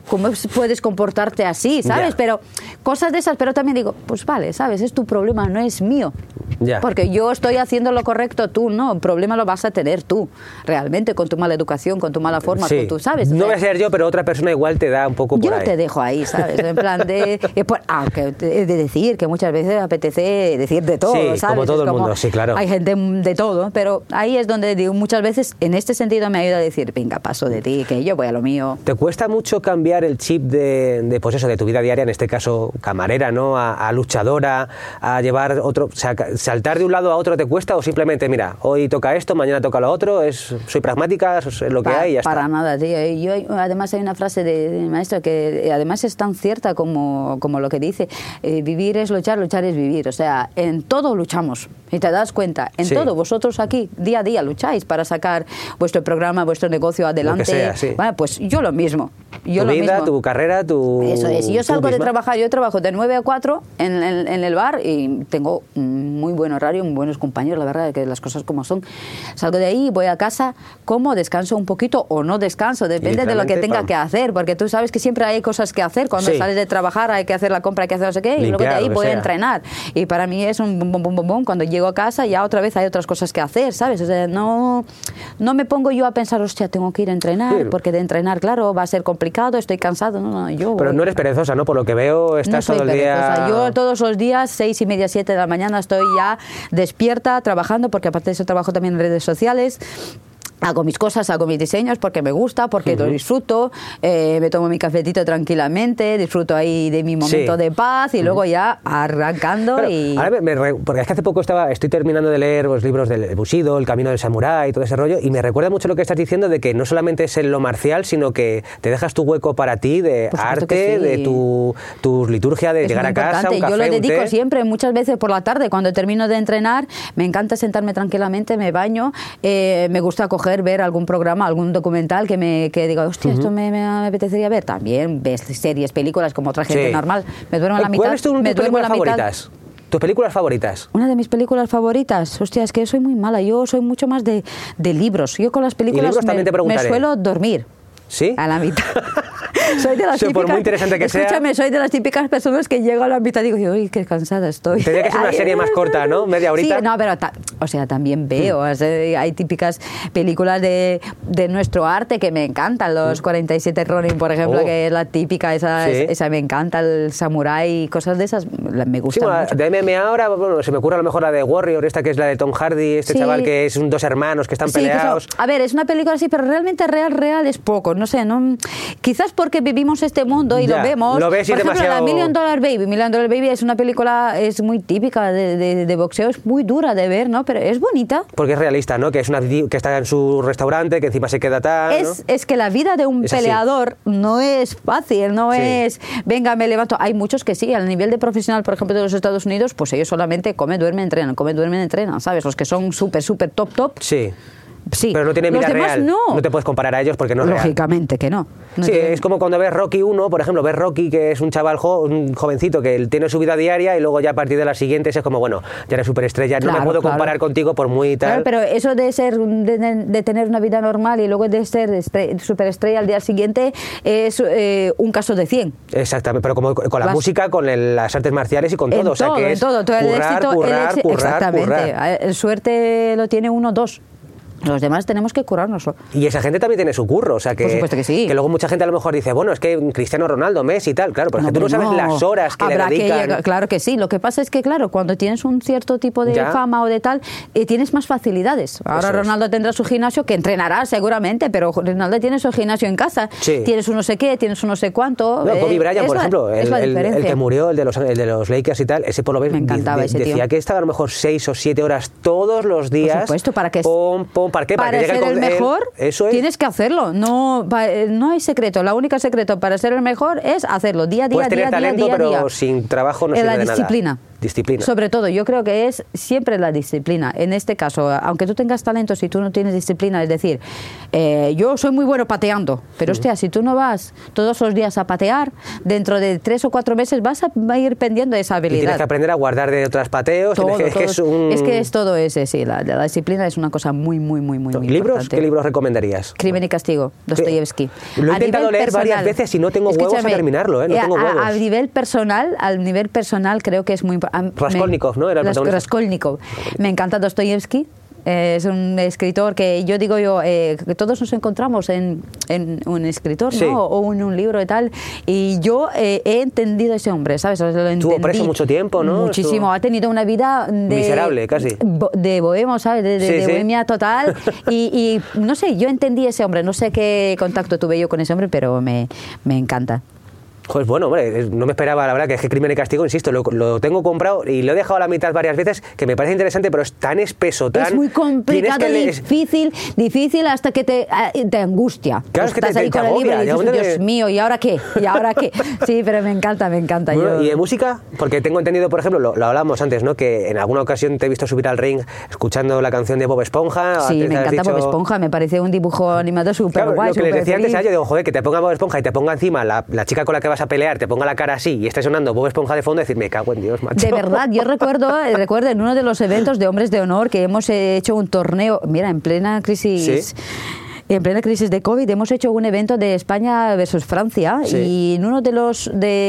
Speaker 2: ¿cómo puedes comportarte así? ¿Sabes?
Speaker 1: Ya.
Speaker 2: Pero cosas de esas, pero también digo, pues vale, ¿sabes? Es tu problema, no es mío.
Speaker 1: Ya.
Speaker 2: Porque yo estoy haciendo lo correcto, tú no, el problema lo vas a tener tú, realmente, con tu mala educación, con tu mala forma,
Speaker 1: Sí.
Speaker 2: con tu, ¿sabes?
Speaker 1: No voy a ser yo, pero otra persona igual te da un poco por
Speaker 2: yo
Speaker 1: ahí.
Speaker 2: te dejo ahí, ¿sabes? En plan de... aunque he de decir que muchas veces apetece decir de todo,
Speaker 1: Sí,
Speaker 2: ¿sabes?
Speaker 1: como todo
Speaker 2: Es
Speaker 1: el mundo, sí, claro.
Speaker 2: Hay gente de todo, pero ahí es donde digo, muchas veces, en este sentido me ayuda a decir, venga, paso de ti, que yo voy a lo mío.
Speaker 1: ¿Te cuesta mucho cambiar el chip pues eso, de tu vida diaria, en este caso camarera, ¿no? A luchadora, a llevar otro... O sea, saltar de un lado a otro te cuesta, o simplemente, mira, hoy toca esto, mañana toca lo otro, soy pragmática, es lo que hay y ya está?
Speaker 2: Para nada, tío. Además hay una frase de mi maestro que además es tan cierta como lo que dice. Vivir es luchar, luchar es vivir. O sea, en todo luchamos. Y te das cuenta, en
Speaker 1: Sí.
Speaker 2: todo, vosotros aquí, día a día, lucháis para sacar vuestro programa, vuestro negocio adelante.
Speaker 1: Lo que sea, sí.
Speaker 2: Bueno, pues yo lo mismo. Yo
Speaker 1: Tu
Speaker 2: lo
Speaker 1: vida,
Speaker 2: mismo.
Speaker 1: tu carrera, tu...
Speaker 2: Eso es. Yo
Speaker 1: tú
Speaker 2: salgo de
Speaker 1: misma.
Speaker 2: trabajar, yo trabajo de 9 a 4 en el bar y tengo un muy buen horario, muy buenos compañeros, la verdad, que las cosas como son. Salgo de ahí, voy a casa, como, descanso un poquito o no descanso, depende de lo que
Speaker 1: literalmente,
Speaker 2: tenga
Speaker 1: pam.
Speaker 2: que hacer, porque tú sabes que siempre hay cosas que hacer. Cuando
Speaker 1: Sí.
Speaker 2: sales de trabajar hay que hacer la compra, hay que hacer no sé qué, y luego de
Speaker 1: Limpiar,
Speaker 2: ahí
Speaker 1: lo que
Speaker 2: voy a
Speaker 1: sea.
Speaker 2: entrenar. Y para mí es un bum, bum, bum, bum, bum. Cuando llego a casa ya otra vez hay otras cosas que hacer, ¿sabes? O sea, no me pongo yo a pensar, hostia, tengo que ir a entrenar,
Speaker 1: Sí.
Speaker 2: porque de entrenar, claro, va a ser complicado, estoy cansado. No, yo
Speaker 1: Pero
Speaker 2: voy.
Speaker 1: no eres perezosa, ¿no? Por lo que veo,
Speaker 2: No
Speaker 1: estás
Speaker 2: soy
Speaker 1: todo el día...
Speaker 2: perezosa. Yo todos los días, 6:30, 7 de la mañana, estoy ya despierta, trabajando, porque aparte de eso trabajo también en redes sociales. Hago mis cosas, hago mis diseños porque me gusta, porque lo disfruto, me tomo mi cafetito tranquilamente, disfruto ahí de mi momento
Speaker 1: Sí.
Speaker 2: de paz y luego ya arrancando.
Speaker 1: Claro,
Speaker 2: y...
Speaker 1: ahora porque es que hace poco estoy terminando de leer los libros del Bushido, El camino del samurái, todo ese rollo, y me recuerda mucho lo que estás diciendo de que no solamente es en lo marcial, sino que te dejas tu hueco para ti, de
Speaker 2: Por supuesto
Speaker 1: arte,
Speaker 2: que sí.
Speaker 1: de tu liturgia, de
Speaker 2: Es
Speaker 1: llegar
Speaker 2: muy
Speaker 1: a casa,
Speaker 2: importante.
Speaker 1: un café,
Speaker 2: Yo lo
Speaker 1: un
Speaker 2: dedico
Speaker 1: té.
Speaker 2: siempre, muchas veces por la tarde, cuando termino de entrenar, me encanta sentarme tranquilamente, me baño, me gusta ver algún programa, algún documental que diga, hostia, esto me apetecería ver. También ves series, películas como otra gente
Speaker 1: Sí.
Speaker 2: normal. Me duermo a la mitad.
Speaker 1: ¿Cuáles son
Speaker 2: me
Speaker 1: tus
Speaker 2: duermo a
Speaker 1: películas
Speaker 2: la mitad.
Speaker 1: favoritas? ¿Tus películas favoritas?
Speaker 2: Una de mis películas favoritas, hostia, es que soy muy mala, yo soy mucho más de libros. Yo con las películas
Speaker 1: libros también te
Speaker 2: me
Speaker 1: preguntaré.
Speaker 2: suelo dormir.
Speaker 1: ¿Sí?
Speaker 2: A la mitad. Soy de las
Speaker 1: Sí, por
Speaker 2: típicas,
Speaker 1: muy interesante que sea.
Speaker 2: escúchame, soy de las típicas personas que llego a la mitad y digo, uy, qué cansada estoy.
Speaker 1: Tendría que ser una
Speaker 2: Ay,
Speaker 1: serie más corta, ¿no? Media horita.
Speaker 2: Sí, no, pero o sea, también veo, o sea, hay típicas películas de nuestro arte que me encantan, los 47 Ronin, por ejemplo,
Speaker 1: Oh.
Speaker 2: que es la típica,
Speaker 1: Sí.
Speaker 2: esa me encanta, el samurái, cosas de esas, me
Speaker 1: Sí,
Speaker 2: gustan
Speaker 1: bueno,
Speaker 2: mucho.
Speaker 1: de MMA ahora, bueno, se me ocurre a lo mejor la de Warrior, esta que es la de Tom Hardy,
Speaker 2: Sí.
Speaker 1: chaval que es dos hermanos que están
Speaker 2: Sí, que
Speaker 1: peleados.
Speaker 2: a ver, es una película así, pero realmente real es poco, no sé, no, quizás porque vivimos este mundo y
Speaker 1: Ya,
Speaker 2: lo vemos.
Speaker 1: lo ves y
Speaker 2: por ejemplo,
Speaker 1: demasiado-
Speaker 2: la Million Dollar Baby es una película, es muy típica de boxeo, es muy dura de ver, ¿no? Pero es bonita.
Speaker 1: Porque es realista, ¿no? Que es que está en su restaurante, que encima se queda tal, ¿no?
Speaker 2: Es que la vida de un
Speaker 1: Es así.
Speaker 2: peleador no es fácil, no
Speaker 1: Sí.
Speaker 2: es, venga, me levanto. Hay muchos que sí, al nivel de profesional, por ejemplo, de los Estados Unidos, pues ellos solamente comen, duermen, entrenan, ¿sabes? Los que son súper top.
Speaker 1: Sí.
Speaker 2: Sí.
Speaker 1: Pero no tiene
Speaker 2: Los
Speaker 1: vida
Speaker 2: demás
Speaker 1: real.
Speaker 2: no.
Speaker 1: te puedes comparar a ellos porque no es real.
Speaker 2: Lógicamente que no. No
Speaker 1: Sí,
Speaker 2: tiene-
Speaker 1: es como cuando ves Rocky 1, por ejemplo, ves Rocky, que es un chaval un jovencito que él tiene su vida diaria y luego ya a partir de las siguientes es como, bueno, ya eres superestrella, no me
Speaker 2: Claro,
Speaker 1: puedo
Speaker 2: claro.
Speaker 1: comparar contigo por muy tal.
Speaker 2: Claro, pero eso de tener una vida normal y luego de ser superestrella al día siguiente es un caso de 100.
Speaker 1: Exactamente, pero como con la
Speaker 2: Las-
Speaker 1: música, con las artes marciales y con todo. O sea, que es
Speaker 2: Todo el
Speaker 1: currar,
Speaker 2: éxito,
Speaker 1: currar, currar,
Speaker 2: exactamente.
Speaker 1: currar.
Speaker 2: El suerte lo tiene 1 o 2. Los demás tenemos que currárnoslo.
Speaker 1: Y esa gente también tiene su curro, o sea que...
Speaker 2: Por supuesto que sí.
Speaker 1: Que luego mucha gente a lo mejor dice, bueno, es que Cristiano Ronaldo, Messi y tal, claro, pero es que tú no sabes
Speaker 2: hombre,
Speaker 1: las horas que
Speaker 2: Habrá
Speaker 1: le dedican.
Speaker 2: llegar- claro que sí. Lo que pasa es que, claro, cuando tienes un cierto tipo de
Speaker 1: Ya.
Speaker 2: fama o de tal, tienes más facilidades. Ahora
Speaker 1: Eso es.
Speaker 2: Ronaldo tendrá su gimnasio, que entrenará seguramente, pero Ronaldo tiene su gimnasio en casa.
Speaker 1: Sí.
Speaker 2: Tienes un no sé qué, tienes un no sé cuánto.
Speaker 1: No, Kobe Bryant,
Speaker 2: es
Speaker 1: por
Speaker 2: la-
Speaker 1: ejemplo,
Speaker 2: es la
Speaker 1: el
Speaker 2: diferencia.
Speaker 1: que murió, el de los Lakers y tal, ese por lo menos
Speaker 2: Me encantaba ese tío.
Speaker 1: decía que estaba a lo mejor 6 o 7 horas todos los días.
Speaker 2: Por supuesto, ¿para qué?
Speaker 1: ¿Para qué?
Speaker 2: Para
Speaker 1: que llegue
Speaker 2: ser el mejor,
Speaker 1: eso es.
Speaker 2: tienes que hacerlo. No hay secreto. La única secreto para ser el mejor es hacerlo día a día,
Speaker 1: Puedes tener
Speaker 2: día a día,
Speaker 1: talento,
Speaker 2: día a
Speaker 1: pero
Speaker 2: día.
Speaker 1: sin trabajo no
Speaker 2: En
Speaker 1: sirve
Speaker 2: la
Speaker 1: de nada.
Speaker 2: disciplina.
Speaker 1: Disciplina.
Speaker 2: Sobre todo, yo creo que es siempre la disciplina. En este caso, aunque tú tengas talento, si tú no tienes disciplina, es decir, yo soy muy bueno pateando, pero hostia, si tú no vas todos los días a patear, dentro de 3 o 4 meses vas a ir perdiendo esa habilidad.
Speaker 1: Y tienes que aprender a guardar de otros pateos.
Speaker 2: Todo,
Speaker 1: es
Speaker 2: que es todo ese, sí. La disciplina es una cosa muy
Speaker 1: ¿Libros?
Speaker 2: importante.
Speaker 1: ¿Qué libros recomendarías?
Speaker 2: Crimen y Castigo, Dostoyevsky.
Speaker 1: Lo he intentado leer varias veces y no tengo huevos a terminarlo, ¿eh? No tengo huevos.
Speaker 2: Al nivel personal creo que es muy importante.
Speaker 1: Raskolnikov, ¿no? Era el protagonista.
Speaker 2: Raskolnikov. Me encanta Dostoyevsky. Es un escritor que que todos nos encontramos en un escritor, ¿no?
Speaker 1: Sí.
Speaker 2: O en un libro y tal. Y yo he entendido a ese hombre, ¿sabes?
Speaker 1: Estuvo preso mucho tiempo, ¿no?
Speaker 2: Muchísimo. Ha tenido una vida
Speaker 1: miserable, casi.
Speaker 2: De bohemio, ¿sabes? De bohemia total. Y no sé, yo entendí a ese hombre. No sé qué contacto tuve yo con ese hombre, pero me encanta.
Speaker 1: Pues bueno, hombre, no me esperaba, la verdad, que es que Crimen y Castigo, insisto, lo tengo comprado y lo he dejado a la mitad varias veces, que me parece interesante, pero es tan espeso, tan...
Speaker 2: Es muy complicado, difícil hasta que te angustia.
Speaker 1: Claro, es que
Speaker 2: estás ahí con el libro y dices, Dios mío, ¿y ahora qué? Sí, pero me encanta.
Speaker 1: Bueno, ¿y de música? Porque tengo entendido, por ejemplo, lo hablábamos antes, ¿no? Que en alguna ocasión te he visto subir al ring escuchando la canción de Bob Esponja.
Speaker 2: Sí, me encanta Bob Esponja, me parece un dibujo animado súper guay.
Speaker 1: Lo que les decía antes a ellos, digo, joder, que te ponga Bob Esponja y te ponga encima la chica con la que vas a pelear, te ponga la cara así y esté sonando Bob Esponja de fondo, decir, me cago en Dios, macho.
Speaker 2: De verdad, yo recuerdo en uno de los eventos de Hombres de Honor que hemos hecho un torneo, mira, en plena crisis... ¿Sí? En plena crisis de COVID hemos hecho un evento de España versus Francia, sí. Y en uno de los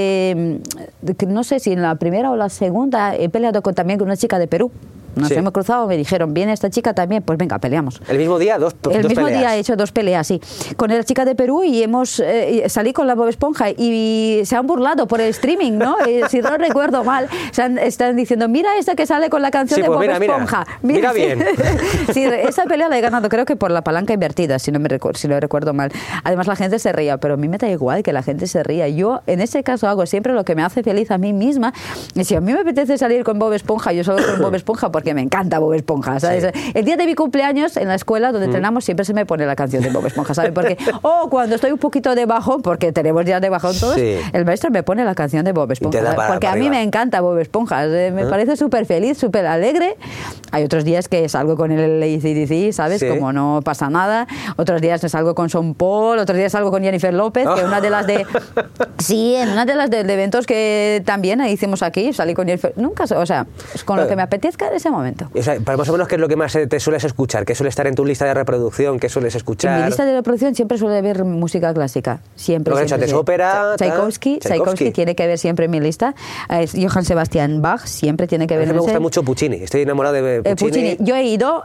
Speaker 2: no sé si en la primera o la segunda he peleado también con una chica de Perú. Nos hemos cruzado, me dijeron, viene esta chica también, pues venga, peleamos.
Speaker 1: ¿El mismo día? Dos
Speaker 2: El mismo
Speaker 1: peleas.
Speaker 2: día he hecho 2 peleas, sí. Con la chica de Perú y salí con la Bob Esponja y se han burlado por el streaming, ¿no? Si no recuerdo mal, están diciendo, mira esta que sale con la canción de Bob Esponja.
Speaker 1: Mira bien.
Speaker 2: Sí, esa pelea la he ganado, creo que por la palanca invertida, si lo recuerdo mal. Además la gente se ría, pero a mí me da igual que la gente se ría. Yo en ese caso hago siempre lo que me hace feliz a mí misma. Y si a mí me apetece salir con Bob Esponja, yo salgo con Bob Esponja porque me encanta Bob Esponja, ¿sabes? Sí. El día de mi cumpleaños en la escuela donde entrenamos siempre se me pone la canción de Bob Esponja, ¿sabes? Porque cuando estoy un poquito de bajón, porque tenemos ya de bajón todos, sí. El maestro me pone la canción de Bob Esponja, porque a mí me encanta Bob Esponja, me parece súper feliz, súper alegre. Hay otros días que salgo con el AC/DC, ¿sabes? Sí. Como no pasa nada. Otros días salgo con Sean Paul, otros días salgo con Jennifer López, que una de las de... Sí, en una de las de eventos que también hicimos aquí, salí con Jennifer... Nunca, o sea, con lo que me apetezca en ese momento.
Speaker 1: O sea, para más o menos, ¿qué es lo que más te sueles escuchar? ¿Qué suele estar en tu lista de reproducción? ¿Qué sueles escuchar?
Speaker 2: En mi lista de reproducción siempre suele haber música clásica. Siempre.
Speaker 1: Lo que he hecho antes, ópera...
Speaker 2: Tchaikovsky tiene que ver siempre en mi lista. Johann Sebastian Bach siempre tiene que ver.
Speaker 1: Me gusta mucho Puccini. Estoy enamorado de Puccini.
Speaker 2: Yo he ido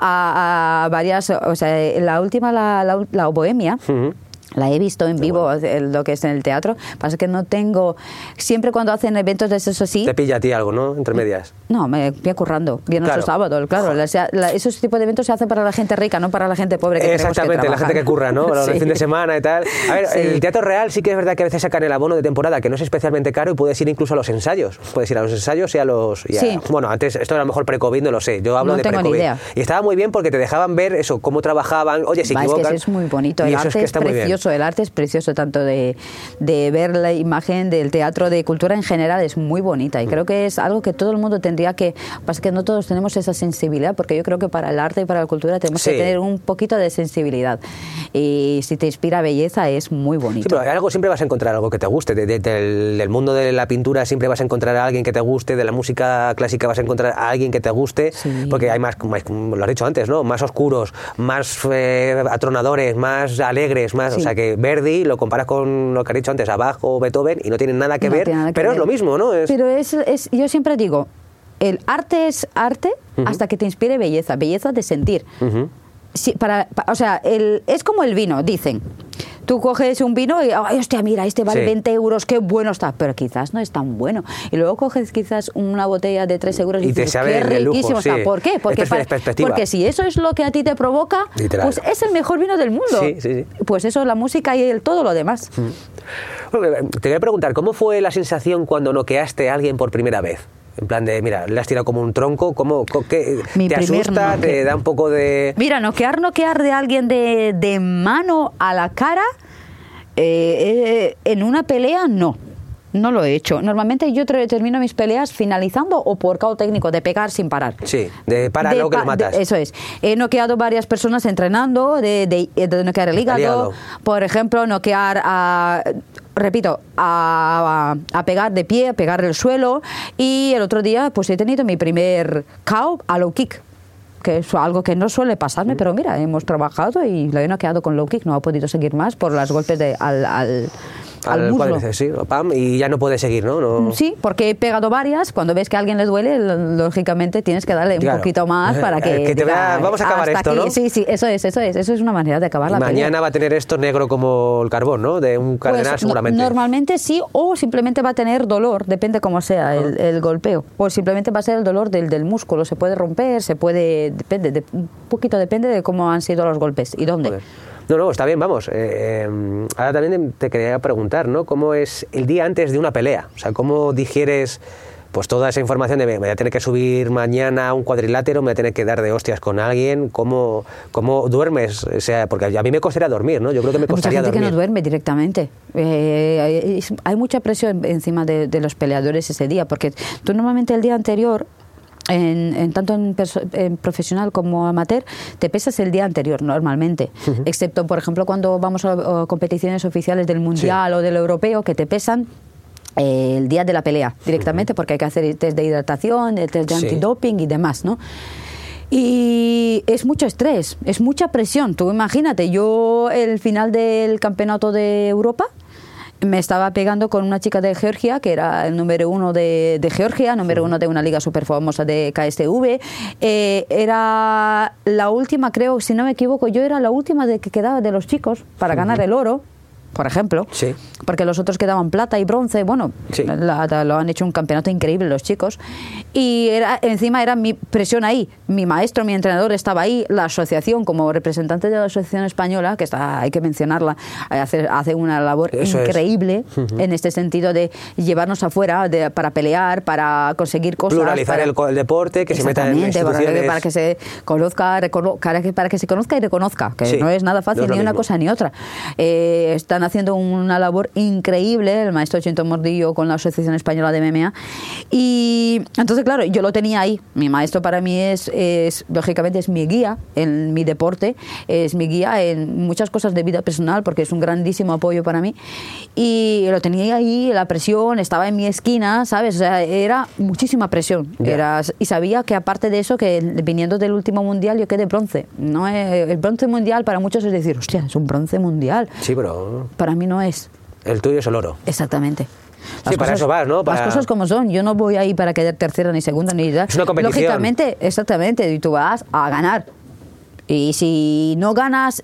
Speaker 2: a varias... O sea, la última, la Bohemia... La he visto en vivo, lo que es en el teatro. Pasa que no tengo... Siempre cuando hacen eventos de esos así...
Speaker 1: Te pilla a ti algo, ¿no? Entre medias.
Speaker 2: No, me voy currando. Viernes o sábado, claro. Esos tipos de eventos se hacen para la gente rica, no para la gente pobre que
Speaker 1: exactamente, la gente que curra, ¿no? Sí. El fin de semana y tal. A ver, el Teatro Real sí que es verdad que a veces sacan el abono de temporada, que no es especialmente caro, y puedes ir incluso a los ensayos. Puedes ir a los ensayos y a los... Sí. Bueno, antes, esto era a lo mejor pre-COVID, no lo sé. Yo hablo de pre-COVID. No tengo ni idea. Y estaba muy bien porque te dejaban ver eso, cómo trabajaban. Oye, si equivocan...
Speaker 2: Es que eso es muy bonito. El arte es precioso. El arte es precioso. Tanto de ver la imagen del teatro, de cultura en general, es muy bonita y creo que es algo que todo el mundo tendría que... Pasa que no todos tenemos esa sensibilidad, porque yo creo que para el arte y para la cultura tenemos que tener un poquito de sensibilidad, y si te inspira belleza es muy bonito.
Speaker 1: Sí, pero siempre vas a encontrar algo que te guste. Del mundo de la pintura siempre vas a encontrar a alguien que te guste, de la música clásica vas a encontrar a alguien que te guste, porque hay más, lo has dicho antes, ¿no? Más oscuros, más atronadores, más alegres, más... O sea que Verdi lo comparas con lo que has dicho antes, a Bach o Beethoven, y no tienen nada que ver, pero es lo mismo, ¿no?
Speaker 2: Pero yo siempre digo, el arte es arte hasta que te inspire belleza de sentir. Sí, o sea, es como el vino, dicen. Tú coges un vino y, ay, hostia, mira, este vale 20 euros, qué bueno está, pero quizás no es tan bueno. Y luego coges quizás una botella de 3 euros y dices,
Speaker 1: te sabe
Speaker 2: qué riquísimo está. ¿Por qué? Porque si eso es lo que a ti te provoca, literal, pues es el mejor vino del mundo.
Speaker 1: Sí.
Speaker 2: Pues eso, la música y todo lo demás.
Speaker 1: Te quería preguntar, ¿cómo fue la sensación cuando noqueaste a alguien por primera vez? En plan de, mira, le has tirado como un tronco, ¿te asusta? ¿Te da un poco de...?
Speaker 2: Mira, noquear de alguien de mano a la cara, en una pelea, no. No lo he hecho. Normalmente yo termino mis peleas finalizando o por KO técnico, de pegar sin parar.
Speaker 1: Sí, de para luego que lo matas.
Speaker 2: Eso es. He noqueado varias personas entrenando, de noquear el hígado. Por ejemplo, noquear a pegar de pie, a pegar el suelo. Y el otro día pues he tenido mi primer KO a low kick, que es algo que no suele pasarme, pero mira, hemos trabajado y lo he noqueado con low kick. No ha podido seguir más por los golpes al muslo.
Speaker 1: Sí, pam, y ya no puede seguir, ¿no?
Speaker 2: Sí, porque he pegado varias. Cuando ves que a alguien le duele, lógicamente tienes que darle un poquito más para que
Speaker 1: te vea, vamos a acabar esto,
Speaker 2: aquí.
Speaker 1: ¿no?
Speaker 2: Sí, eso es una manera de acabar la pelea.
Speaker 1: Mañana va a tener esto negro como el carbón, ¿no? De un cardenal, pues, seguramente.
Speaker 2: Normalmente sí, o simplemente va a tener dolor, depende cómo sea el golpeo. O simplemente va a ser el dolor del músculo. Se puede romper, un poquito depende de cómo han sido los golpes y dónde.
Speaker 1: Joder. No, está bien, vamos. Ahora también te quería preguntar, ¿no? ¿Cómo es el día antes de una pelea? O sea, ¿cómo digieres pues toda esa información de me voy a tener que subir mañana a un cuadrilátero, me voy a tener que dar de hostias con alguien? ¿Cómo duermes? O sea, porque a mí me costaría dormir, ¿no? Yo creo que me costaría dormir.
Speaker 2: Hay mucha gente que no duerme directamente. Hay mucha presión encima de los peleadores ese día, porque tú normalmente el día anterior, tanto en profesional como amateur, te pesas el día anterior normalmente, excepto por ejemplo cuando vamos a competiciones oficiales del mundial o del europeo, que te pesan el día de la pelea directamente, porque hay que hacer test de hidratación, test de antidoping y demás, ¿no? Y es mucho estrés, es mucha presión. Tú imagínate, yo el final del campeonato de Europa me estaba pegando con una chica de Georgia, que era el número 1 de Georgia, número 1 de una liga súper famosa de KSV. Era la última, creo, si no me equivoco, yo era la última que quedaba de los chicos para ganar el oro, por ejemplo, porque los otros quedaban plata y bronce. Bueno, lo han hecho un campeonato increíble los chicos, y encima era mi presión ahí. Mi maestro, mi entrenador estaba ahí, la asociación, como representante de la asociación española, que hay que mencionarla, hace una labor increíble en este sentido de llevarnos afuera para pelear, para conseguir cosas,
Speaker 1: pluralizar el deporte, que se meta en instituciones,
Speaker 2: para que se conozca, para que se conozca y reconozca, que no es nada fácil, ni una cosa ni otra. Están haciendo una labor increíble el maestro Chinto Mordillo con la Asociación Española de MMA, y entonces claro, yo lo tenía ahí. Mi maestro para mí es lógicamente es mi guía en mi deporte, es mi guía en muchas cosas de vida personal, porque es un grandísimo apoyo para mí, y lo tenía ahí, la presión estaba en mi esquina, ¿sabes? O sea, era muchísima presión. Y sabía que aparte de eso, que viniendo del último mundial yo quedé bronce, ¿no? El bronce mundial para muchos es decir, hostia, es un bronce mundial.
Speaker 1: Sí, pero
Speaker 2: para mí no es.
Speaker 1: El tuyo es el oro.
Speaker 2: Exactamente.
Speaker 1: Para eso vas, ¿no?
Speaker 2: Las cosas como son. Yo no voy ahí para quedar tercera ni segunda ni nada.
Speaker 1: Es una competición.
Speaker 2: Lógicamente, exactamente. Y tú vas a ganar. Y si no ganas,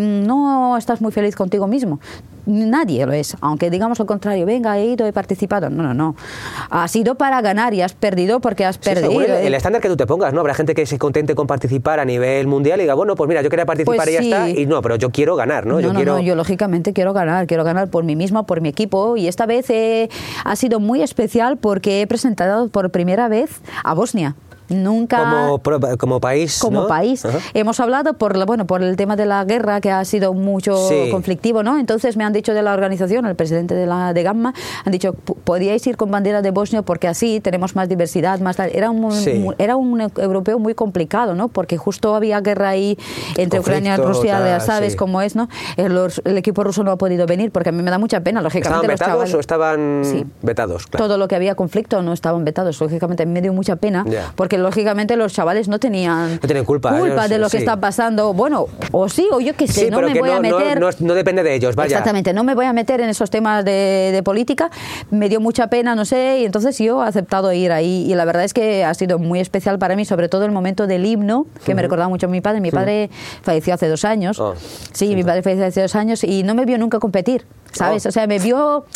Speaker 2: no estás muy feliz contigo mismo. Nadie lo es, aunque digamos lo contrario, venga, he ido, he participado. No. Has ido para ganar y has perdido porque has perdido.
Speaker 1: El estándar que tú te pongas, ¿no? Habrá gente que se contente con participar a nivel mundial y diga, bueno, pues mira, yo quería participar y ya está. Y no, pero yo quiero ganar, ¿no?
Speaker 2: Yo lógicamente quiero ganar por mí misma, por mi equipo. Y esta vez ha sido muy especial porque he presentado por primera vez a Bosnia. Nunca
Speaker 1: como país,
Speaker 2: como país. Hemos hablado por el tema de la guerra, que ha sido mucho conflictivo, ¿no? Entonces me han dicho de la organización, el presidente de Gamma, han dicho, podíais ir con bandera de Bosnia porque así tenemos más diversidad, más tal. Era un europeo muy complicado, ¿no? Porque justo había guerra ahí entre Ucrania y Rusia, ya sabes cómo es, ¿no? El equipo ruso no ha podido venir porque a mí me da mucha pena, lógicamente.
Speaker 1: ¿Estaban vetados o estaban vetados? Claro.
Speaker 2: Todo lo que había conflicto no estaban vetados, lógicamente a mí me dio mucha pena, porque lógicamente los chavales no tenían
Speaker 1: culpa
Speaker 2: de lo que está pasando. Bueno, o sí, o yo qué sé, no me voy a meter.
Speaker 1: No depende de ellos, vaya.
Speaker 2: Exactamente, no me voy a meter en esos temas de política. Me dio mucha pena, no sé, y entonces yo he aceptado ir ahí. Y la verdad es que ha sido muy especial para mí, sobre todo el momento del himno, que me recordaba mucho a mi padre. Mi padre falleció hace 2 años. Mi padre falleció hace 2 años y no me vio nunca competir, ¿sabes? O sea, me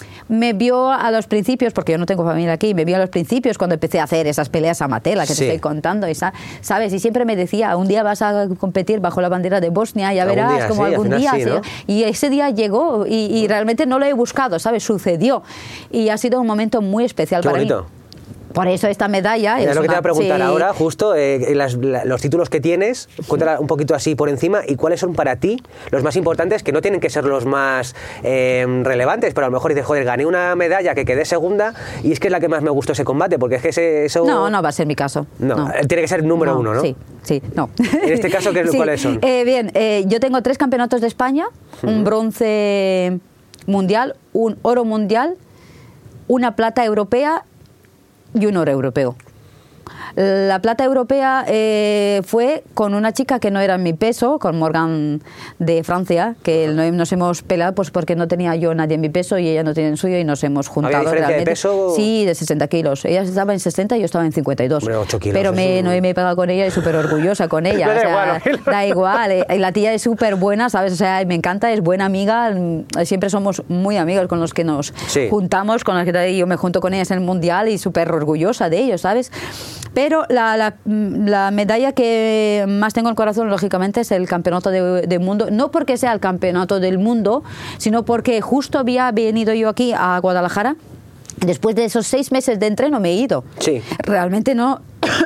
Speaker 2: vio a los principios, porque yo no tengo familia aquí, me vio a los principios cuando empecé a hacer esas peleas amateur, que te estoy contando, ¿sabes? Y siempre me decía, un día vas a competir bajo la bandera de Bosnia, ya verás como algún día. ¿no? Y ese día llegó y realmente no lo he buscado, ¿sabes? Sucedió. Y ha sido un momento muy especial para mí. Por eso esta medalla
Speaker 1: Es lo que te voy a preguntar
Speaker 2: sí.
Speaker 1: ahora, justo, los títulos que tienes, cuéntala un poquito así por encima, y cuáles son para ti los más importantes, que no tienen que ser los más relevantes, pero a lo mejor dices, joder, gané una medalla que quedé segunda, y es que es la que más me gustó ese combate, porque es que eso...
Speaker 2: No, no va a ser mi caso.
Speaker 1: No, tiene que ser número uno, ¿no?
Speaker 2: Sí, no.
Speaker 1: En este caso,
Speaker 2: Sí.
Speaker 1: ¿cuáles son?
Speaker 2: Bien, yo tengo 3 campeonatos de España, un bronce mundial, un oro mundial, una plata europea y un oro europeo. La plata europea fue con una chica que no era en mi peso, con Morgan de Francia, que nos hemos peleado pues porque no tenía yo nadie en mi peso y ella no tiene el suyo y nos hemos juntado.
Speaker 1: ¿Había diferencia de peso?
Speaker 2: Sí, de 60 kilos. Ella estaba en 60 y yo estaba en 52.
Speaker 1: Hombre, 8 kilos,
Speaker 2: pero me he pegado con ella y súper orgullosa con ella.
Speaker 1: Da
Speaker 2: o sea,
Speaker 1: igual.
Speaker 2: da igual. La tía es súper buena, ¿sabes? O sea, me encanta, es buena amiga. Siempre somos muy amigos con los que nos juntamos, con las que yo me junto con ellas en el Mundial y súper orgullosa de ellos, ¿sabes? Pero la medalla que más tengo en el corazón, lógicamente, es el campeonato del mundo. No porque sea el campeonato del mundo, sino porque justo había venido yo aquí a Guadalajara. Después de esos 6 meses de entreno me he ido.
Speaker 1: Sí.
Speaker 2: Realmente no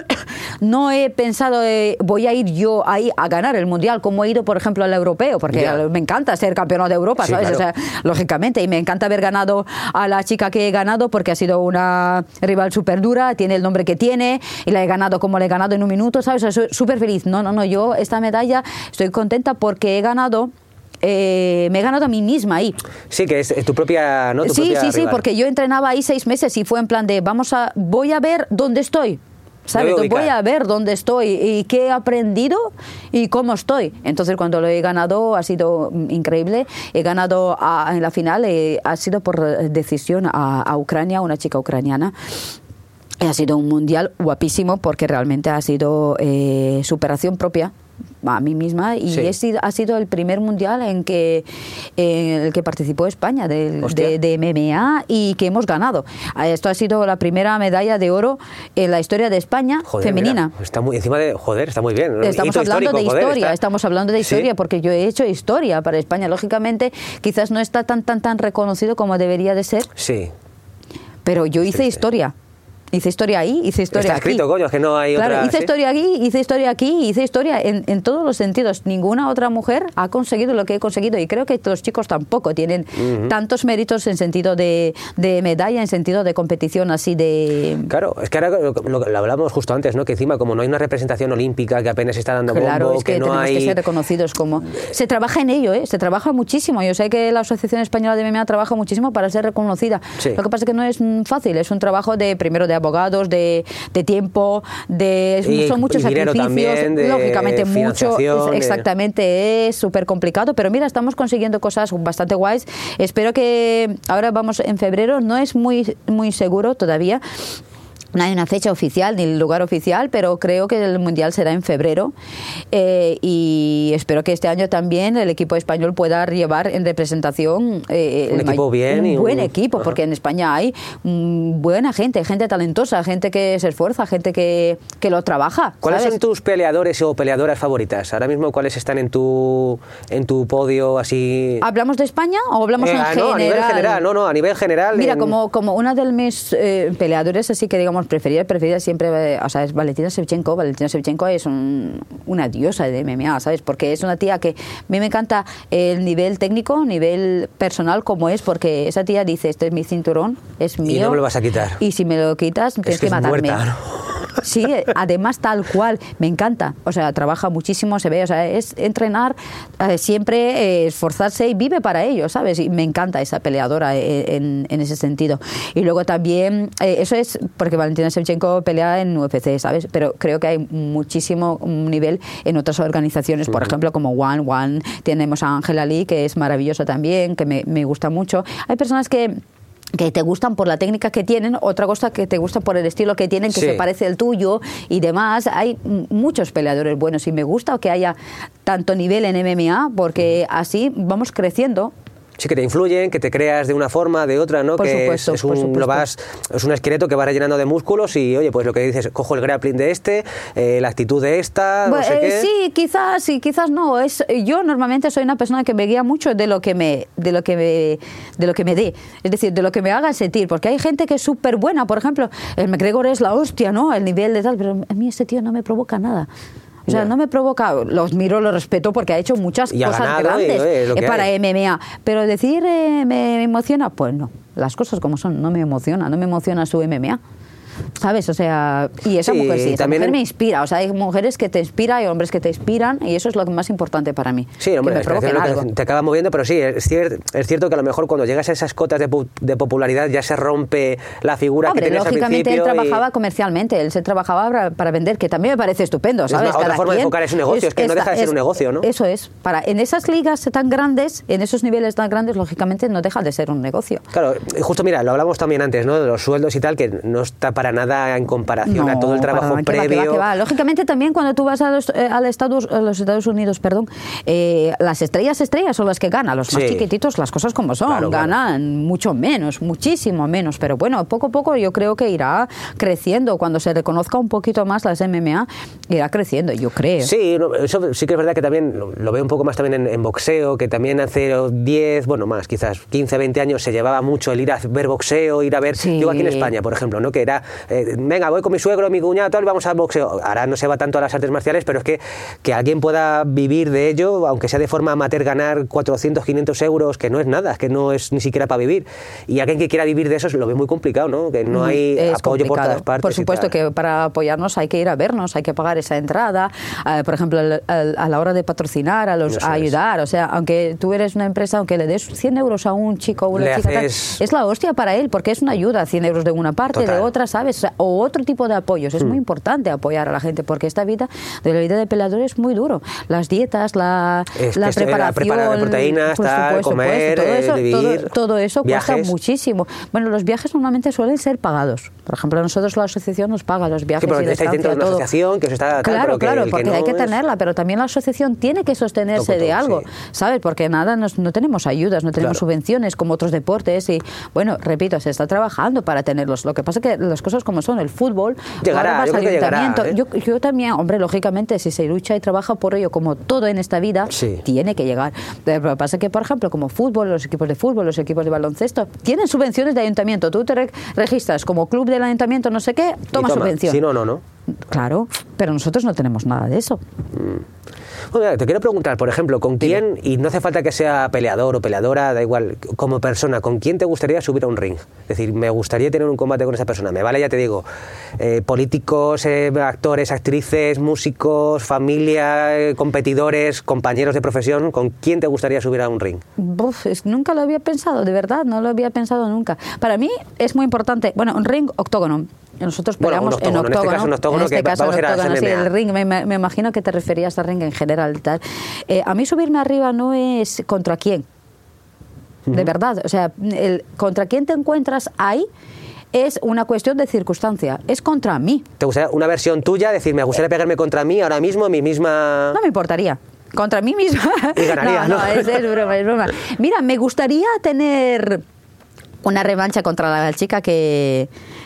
Speaker 2: he pensado voy a ir yo ahí a ganar el mundial como he ido, por ejemplo, al europeo, porque me encanta ser campeona de Europa, ¿sabes? Claro. O sea, lógicamente, y me encanta haber ganado a la chica que he ganado porque ha sido una rival súper dura, tiene el nombre que tiene y la he ganado como la he ganado en un minuto, ¿sabes? O sea, soy súper feliz. No, yo esta medalla estoy contenta porque he ganado. Me he ganado a mí misma ahí.
Speaker 1: Sí, que es tu propia, ¿no?
Speaker 2: Sí, porque yo entrenaba ahí 6 meses y fue en plan de voy a ver dónde estoy. ¿Sabes? Voy a ver dónde estoy y qué he aprendido y cómo estoy. Entonces, cuando lo he ganado ha sido increíble. He ganado en la final, ha sido por decisión a Ucrania, una chica ucraniana. Ha sido un mundial guapísimo porque realmente ha sido superación propia a mí misma y ha sido el primer mundial en el que participó España de MMA y que hemos ganado. Esto ha sido la primera medalla de oro en la historia de España femenina.
Speaker 1: Mira, está muy bien.
Speaker 2: Estamos hablando de historia, estamos hablando de historia porque yo he hecho historia para España. Lógicamente, quizás no está tan reconocido como debería de ser.
Speaker 1: Sí.
Speaker 2: Pero yo hice historia. Hice historia ahí, hice historia
Speaker 1: Está escrito,
Speaker 2: aquí.
Speaker 1: Coño, es que no hay
Speaker 2: claro,
Speaker 1: otra...
Speaker 2: hice historia aquí, hice historia aquí, hice historia en todos los sentidos. Ninguna otra mujer ha conseguido lo que he conseguido y creo que los chicos tampoco tienen tantos méritos en sentido de medalla, en sentido de competición así de...
Speaker 1: Claro, es que ahora lo hablábamos justo antes, ¿no? Que encima como no hay una representación olímpica que apenas está dando bombo,
Speaker 2: claro, es que
Speaker 1: no
Speaker 2: tenemos
Speaker 1: hay...
Speaker 2: que ser reconocidos como... Se trabaja en ello, se trabaja muchísimo. Yo sé que la Asociación Española de MMA trabaja muchísimo para ser reconocida.
Speaker 1: Sí.
Speaker 2: Lo que pasa es que no es fácil, es un trabajo primero de abogados, de tiempo, son muchos sacrificios,
Speaker 1: también,
Speaker 2: lógicamente mucho, exactamente, es súper complicado, pero mira, estamos consiguiendo cosas bastante guays. Espero que ahora vamos en febrero, no es muy seguro todavía. No hay una fecha oficial ni el lugar oficial, pero creo que el Mundial será en febrero y espero que este año también el equipo español pueda llevar en representación un buen equipo, porque en España hay buena gente talentosa, gente que se esfuerza, gente que lo trabaja.
Speaker 1: ¿Cuáles son tus peleadores o peleadoras favoritas? Ahora mismo, ¿cuáles están en tu podio así?
Speaker 2: ¿Hablamos de España o hablamos en general?
Speaker 1: No, a nivel general, a nivel general.
Speaker 2: Mira, como una de mis peleadores, así que digamos preferida siempre, o sea, es Valentina Shevchenko. Valentina Shevchenko es una diosa de MMA, ¿sabes? Porque es una tía que a mí me encanta el nivel técnico, nivel personal como es, porque esa tía dice, este es mi cinturón, es mío.
Speaker 1: Y no me lo vas a quitar.
Speaker 2: Y si me lo quitas, tienes que matarme.
Speaker 1: Muerta, ¿no?
Speaker 2: Sí, además tal cual, me encanta, o sea, trabaja muchísimo, se ve, o sea, es entrenar siempre, esforzarse y vive para ello, ¿sabes? Y me encanta esa peleadora en ese sentido. Y luego también, eso es porque Valentina Shevchenko pelea en UFC, ¿sabes? Pero creo que hay muchísimo nivel en otras organizaciones, por ejemplo, como One, tenemos a Ángela Lee, que es maravillosa también, que me gusta mucho. Hay personas que te gustan por la técnica que tienen, otra cosa que te gusta por el estilo que tienen, que se parece al tuyo y demás. Hay muchos peleadores buenos y me gusta que haya tanto nivel en MMA porque así vamos creciendo.
Speaker 1: Sí, que te influyen, que te creas de una forma, de otra, ¿no?
Speaker 2: Por
Speaker 1: que
Speaker 2: supuesto,
Speaker 1: es un esqueleto que va rellenando de músculos y, oye, pues lo que dices, cojo el grappling de la actitud de esta,
Speaker 2: Bueno,
Speaker 1: no sé qué.
Speaker 2: sí, quizás no. Yo normalmente soy una persona que me guía mucho de lo que me dé, es decir, de lo que me haga sentir, porque hay gente que es súper buena, por ejemplo, el McGregor es la hostia, ¿no? El nivel de tal, pero a mí este tío no me provoca nada. O sea, no me provoca, los miro, los respeto porque ha hecho muchas cosas grandes para MMA, pero decir me emociona, pues no, las cosas como son, no me emociona su MMA. ¿Sabes? O sea, y esa mujer sí, esa mujer me inspira. O sea, hay mujeres que te inspiran, hay hombres que te inspiran, y eso es lo más importante para mí.
Speaker 1: Sí, hombre,
Speaker 2: que me provoquen algo.
Speaker 1: Te acaba moviendo, pero sí, es cierto que a lo mejor cuando llegas a esas cotas de popularidad ya se rompe la figura que tenías al principio.
Speaker 2: Lógicamente él trabajaba comercialmente, él se trabajaba para vender, que también me parece estupendo, ¿sabes?
Speaker 1: Es otra forma de enfocar ese negocio, es que no deja de ser un negocio, ¿no?
Speaker 2: Eso es. En esas ligas tan grandes, en esos niveles tan grandes, lógicamente no deja de ser un negocio.
Speaker 1: Claro, justo mira, lo hablamos también antes, ¿no? De los sueldos y tal, que no está para nada en comparación a todo el trabajo previo.
Speaker 2: Que va. Lógicamente también cuando tú vas a los Estados Unidos, las estrellas son las que ganan, los más chiquititos, las cosas como son, ganan mucho menos, muchísimo menos, pero bueno, poco a poco yo creo que irá creciendo, cuando se reconozca un poquito más las MMA, irá creciendo, yo creo.
Speaker 1: Sí, eso sí que es verdad que también lo veo un poco más también en boxeo, que también hace 10, bueno más, quizás 15, 20 años se llevaba mucho el ir a ver boxeo, ir a ver, digo aquí en España, por ejemplo, ¿no? Que era, venga, voy con mi suegro, mi cuñado, tal, vamos al boxeo. Ahora no se va tanto a las artes marciales, pero es que alguien pueda vivir de ello, aunque sea de forma amateur, ganar 400, 500 euros, que no es nada, que no es ni siquiera para vivir. Y alguien que quiera vivir de eso lo ve muy complicado, ¿no? Que no hay apoyo por todas partes.
Speaker 2: Por supuesto que para apoyarnos hay que ir a vernos, hay que pagar esa entrada, por ejemplo, a la hora de patrocinar, a ayudar. O sea, aunque tú eres una empresa, aunque le des 100 euros a un chico o una chica, es la hostia para él, porque es una ayuda, 100 euros de una parte, de otra, ¿sabes? O otro tipo de apoyos. Es muy importante apoyar a la gente, porque esta vida, la vida de peleador es muy duro. Las dietas, la preparación
Speaker 1: de proteínas, comer, vivir,
Speaker 2: todo eso cuesta muchísimo. Bueno, los viajes normalmente suelen ser pagados. Por ejemplo, nosotros la asociación nos paga los viajes y la estancia,
Speaker 1: dentro de una asociación que se está...
Speaker 2: Claro, porque hay que tenerla, pero también la asociación tiene que sostenerse de algo, ¿sabes? Porque no tenemos ayudas, no tenemos subvenciones como otros deportes y, bueno, repito, se está trabajando para tenerlos. Lo que pasa es que las cosas como son, el fútbol,
Speaker 1: llegará, yo creo que llegará, ¿eh?
Speaker 2: Yo también, hombre, lógicamente, si se lucha y trabaja por ello, como todo en esta vida, tiene que llegar. Lo que pasa es que, por ejemplo, como fútbol, los equipos de fútbol, los equipos de baloncesto, tienen subvenciones de ayuntamiento. Tú te registras como club del ayuntamiento, no sé qué, toma subvención.
Speaker 1: Si no.
Speaker 2: Claro, pero nosotros no tenemos nada de eso.
Speaker 1: Bueno, te quiero preguntar, por ejemplo, ¿con quién, y no hace falta que sea peleador o peleadora, da igual, como persona, ¿con quién te gustaría subir a un ring? Es decir, me gustaría tener un combate con esa persona. Me vale, ya te digo, políticos, actores, actrices, músicos, familia, competidores, compañeros de profesión, ¿con quién te gustaría subir a un ring?
Speaker 2: Nunca lo había pensado, de verdad, no lo había pensado nunca. Para mí es muy importante, bueno, un ring octógono. Nosotros peleamos en octógono.
Speaker 1: En este caso, vamos a ir a
Speaker 2: sí, el ring, me imagino que te referías al ring en general. Tal. A mí subirme arriba no es contra quién, de verdad. O sea, contra quién te encuentras ahí es una cuestión de circunstancia, es contra mí.
Speaker 1: ¿Te gustaría una versión tuya? Decir, me gustaría pegarme contra mí ahora mismo, mi misma...
Speaker 2: No me importaría. Contra mí misma.
Speaker 1: Y ganaría, ¿no?
Speaker 2: Es broma. Mira, me gustaría tener una revancha contra la chica que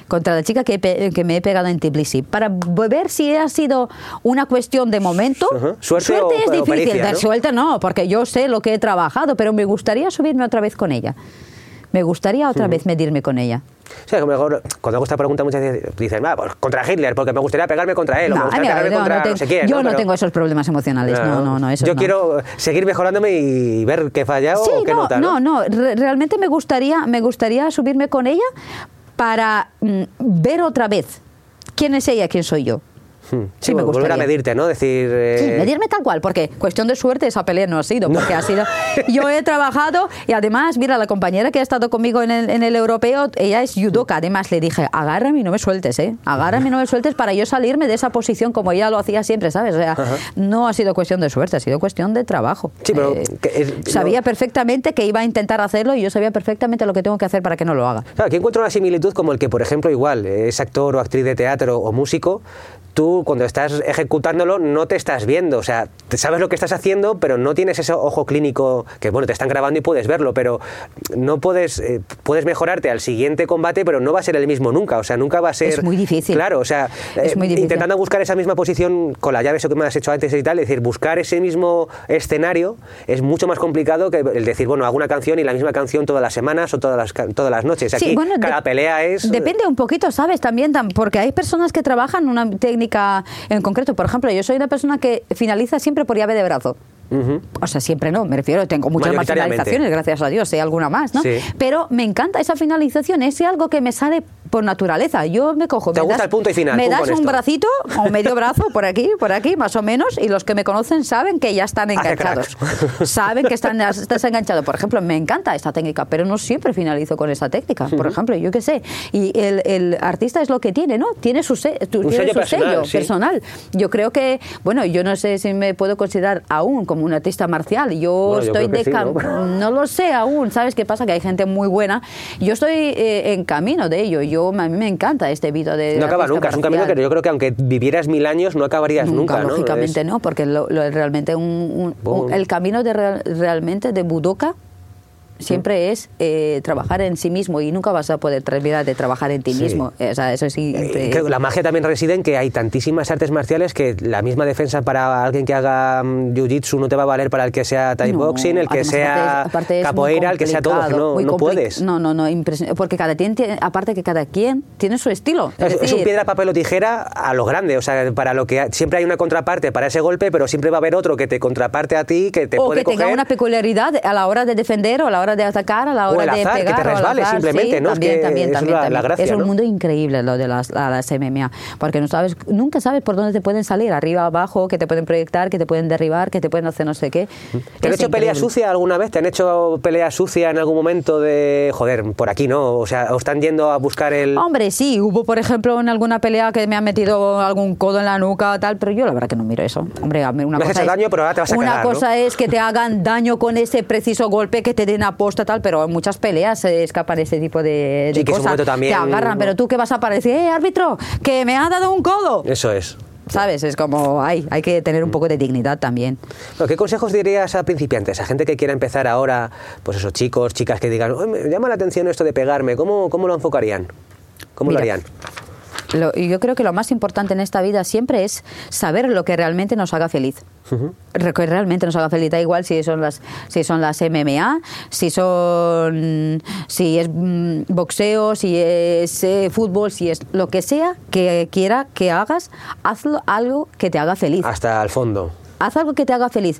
Speaker 2: me he pegado en Tbilisi, para ver si ha sido una cuestión de momento. Suerte es difícil, pericia, ¿no? Suerte no, porque yo sé lo que he trabajado, pero me gustaría subirme otra vez con ella. Me gustaría otra vez medirme con ella.
Speaker 1: O sea, que mejor, cuando hago esta pregunta muchas veces dicen, pues contra Hitler, porque me gustaría pegarme contra él, o me gustaría pegarme contra no sé quién.
Speaker 2: Yo no tengo esos problemas emocionales, no. Eso
Speaker 1: yo quiero seguir mejorándome y ver qué he fallado o qué nota, ¿no?
Speaker 2: No, realmente me gustaría subirme con ella para ver otra vez quién es ella, quién soy yo.
Speaker 1: Sí, me gustaría volver a medirte, ¿no? Decir,
Speaker 2: sí, medirme tal cual, porque cuestión de suerte esa pelea no ha sido, porque ha sido... Yo he trabajado y además, mira, la compañera que ha estado conmigo en el europeo, ella es judoka, además le dije, agárrame y no me sueltes, agárrame y no me sueltes para yo salirme de esa posición como ella lo hacía siempre, ¿sabes? O sea, no ha sido cuestión de suerte, ha sido cuestión de trabajo.
Speaker 1: Sí, pero...
Speaker 2: sabía perfectamente que iba a intentar hacerlo y yo sabía perfectamente lo que tengo que hacer para que no lo haga.
Speaker 1: Claro, aquí encuentro una similitud como el que, por ejemplo, igual, es actor o actriz de teatro o músico, tú tú cuando estás ejecutándolo no te estás viendo, o sea, sabes lo que estás haciendo, pero no tienes ese ojo clínico que, bueno, te están grabando y puedes verlo, pero no puedes mejorarte al siguiente combate, pero no va a ser el mismo nunca, o sea, nunca va a ser...
Speaker 2: Es muy difícil.
Speaker 1: Claro, o sea, intentando buscar esa misma posición con la llave, eso que me has hecho antes y tal, es decir, buscar ese mismo escenario es mucho más complicado que el decir, bueno, hago una canción y la misma canción todas las semanas o todas las noches. Aquí cada pelea es...
Speaker 2: Depende un poquito, ¿sabes? También, porque hay personas que trabajan una técnica en concreto. Por ejemplo, yo soy una persona que finaliza siempre por llave de brazo. O sea, siempre no, me refiero, tengo muchas más finalizaciones, gracias a Dios, sé alguna más, ¿no?
Speaker 1: Sí.
Speaker 2: Pero me encanta esa finalización, es algo que me sale por naturaleza. Yo me cojo,
Speaker 1: ¿te gusta el punto y final?
Speaker 2: Me das un bracito o medio brazo por aquí, más o menos, y los que me conocen saben que ya están enganchados. Saben que estás enganchado. Por ejemplo, me encanta esta técnica, pero no siempre finalizo con esa técnica. Por ejemplo, yo qué sé. Y el artista es lo que tiene, ¿no? Tiene su sello personal. Yo creo que, bueno, yo no sé si me puedo considerar aún como un artista marcial. Yo estoy no lo sé aún. ¿Sabes qué pasa? Que hay gente muy buena. Yo estoy en camino de ello. A mí me encanta este vida de...
Speaker 1: No acaba nunca, es un camino que yo creo que aunque vivieras 1000 años no acabarías nunca, ¿no?
Speaker 2: Lógicamente no, porque realmente el camino realmente de Budoka siempre es trabajar en sí mismo y nunca vas a poder terminar de trabajar en ti mismo. O sea, eso sí.
Speaker 1: Creo que la magia también reside en que hay tantísimas artes marciales que la misma defensa para alguien que haga jiu-jitsu no te va a valer para el que sea thai boxing, el que sea capoeira, el que sea todo. No puedes.
Speaker 2: No, porque aparte que cada quien tiene su estilo.
Speaker 1: Es un piedra, papel o tijera a lo grande. O sea, para lo que siempre hay una contraparte para ese golpe, pero siempre va a haber otro que te contraparte a ti, que te puede coger.
Speaker 2: O que tenga una peculiaridad a la hora de defender o a la hora de atacar, a la hora de pegar,
Speaker 1: que te resbales simplemente, ¿no?
Speaker 2: También.
Speaker 1: La gracia,
Speaker 2: es un
Speaker 1: ¿no?
Speaker 2: mundo increíble lo de las MMA, porque nunca sabes por dónde te pueden salir, arriba, abajo, que te pueden proyectar, que te pueden derribar, que te pueden hacer no sé qué.
Speaker 1: ¿Te han hecho pelea sucia alguna vez? ¿Te han hecho pelea sucia en algún momento de, joder, por aquí no? O sea, ¿o están yendo a buscar el...?
Speaker 2: Hombre, sí, hubo por ejemplo en alguna pelea que me han metido algún codo en la nuca tal, pero yo la verdad que no miro eso. Hombre, una cosa es daño, pero ahora te vas a cagar, cosa es que te hagan daño con ese preciso golpe, que te den aposta tal, pero en muchas peleas se escapan ese tipo de cosas. También, te agarran, pero tú qué vas a parecer, árbitro, que me ha dado un codo.
Speaker 1: Eso es.
Speaker 2: ¿Sabes? Es como, hay que tener un poco de dignidad también.
Speaker 1: ¿Qué consejos dirías a principiantes, a gente que quiera empezar ahora, pues esos chicos, chicas que digan, me llama la atención esto de pegarme, ¿cómo lo enfocarían? ¿Cómo lo harían?
Speaker 2: Yo creo que lo más importante en esta vida siempre es saber lo que realmente nos haga feliz. Lo que realmente nos haga feliz. Da igual si son las MMA, si es boxeo, si es fútbol, si es lo que sea que quiera que hagas, hazlo algo que te haga feliz.
Speaker 1: Hasta el fondo.
Speaker 2: Haz algo que te haga feliz.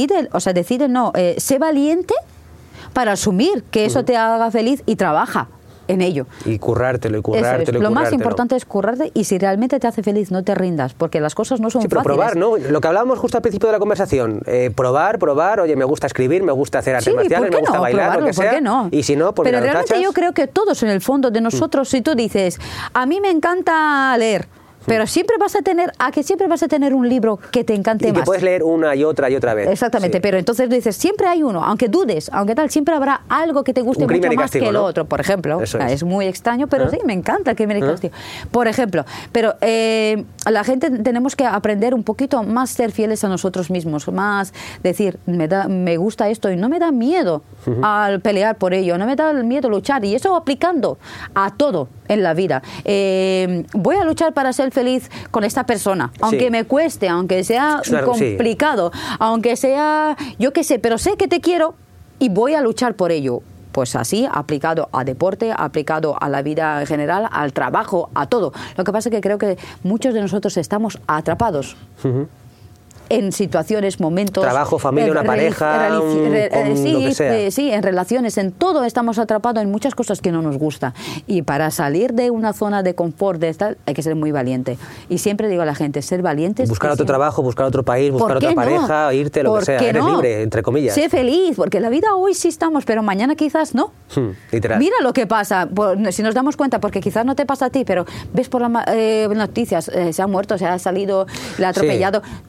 Speaker 2: Sé valiente para asumir que eso te haga feliz y trabaja en ello.
Speaker 1: Y currártelo.
Speaker 2: Lo más importante es currarte, y si realmente te hace feliz, no te rindas, porque las cosas no son
Speaker 1: pero
Speaker 2: fáciles.
Speaker 1: Probar, ¿no? Lo que hablábamos justo al principio de la conversación, probar, oye, me gusta escribir, me gusta hacer artes marciales, me gusta bailar, lo que sea.
Speaker 2: No?
Speaker 1: Y si no, pues
Speaker 2: pero realmente yo creo que todos en el fondo de nosotros, si tú dices, a mí me encanta leer, pero siempre vas a tener un libro que te encante más.
Speaker 1: Y que puedes leer una y otra vez.
Speaker 2: Exactamente, pero entonces dices, siempre hay uno, aunque dudes, aunque tal, siempre habrá algo que te guste mucho más que el otro, por ejemplo. Es muy extraño, pero sí, me encanta el crimen y castigo. Por ejemplo, pero la gente tenemos que aprender un poquito más ser fieles a nosotros mismos, más decir, me gusta esto y no me da miedo al pelear por ello, no me da miedo luchar, y eso aplicando a todo en la vida. Voy a luchar para ser feliz con esta persona, aunque me cueste, aunque sea complicado, aunque sea, yo qué sé, pero sé que te quiero y voy a luchar por ello. Pues así, aplicado a deporte, aplicado a la vida en general, al trabajo, a todo. Lo que pasa es que creo que muchos de nosotros estamos atrapados en situaciones, momentos...
Speaker 1: Trabajo, familia, una pareja, lo que sea.
Speaker 2: Sí, en relaciones, en todo estamos atrapados en muchas cosas que no nos gusta. Y para salir de una zona de confort, hay que ser muy valiente. Y siempre digo a la gente, ser valientes...
Speaker 1: Buscar otro trabajo, buscar otro país, buscar otra pareja, irte, lo que sea. Eres libre, entre comillas.
Speaker 2: Sé feliz, porque la vida hoy sí estamos, pero mañana quizás no.
Speaker 1: Literal.
Speaker 2: Mira lo que pasa, si nos damos cuenta, porque quizás no te pasa a ti, pero ves por las noticias, se ha muerto, se ha salido, le ha atropellado. Tío, es que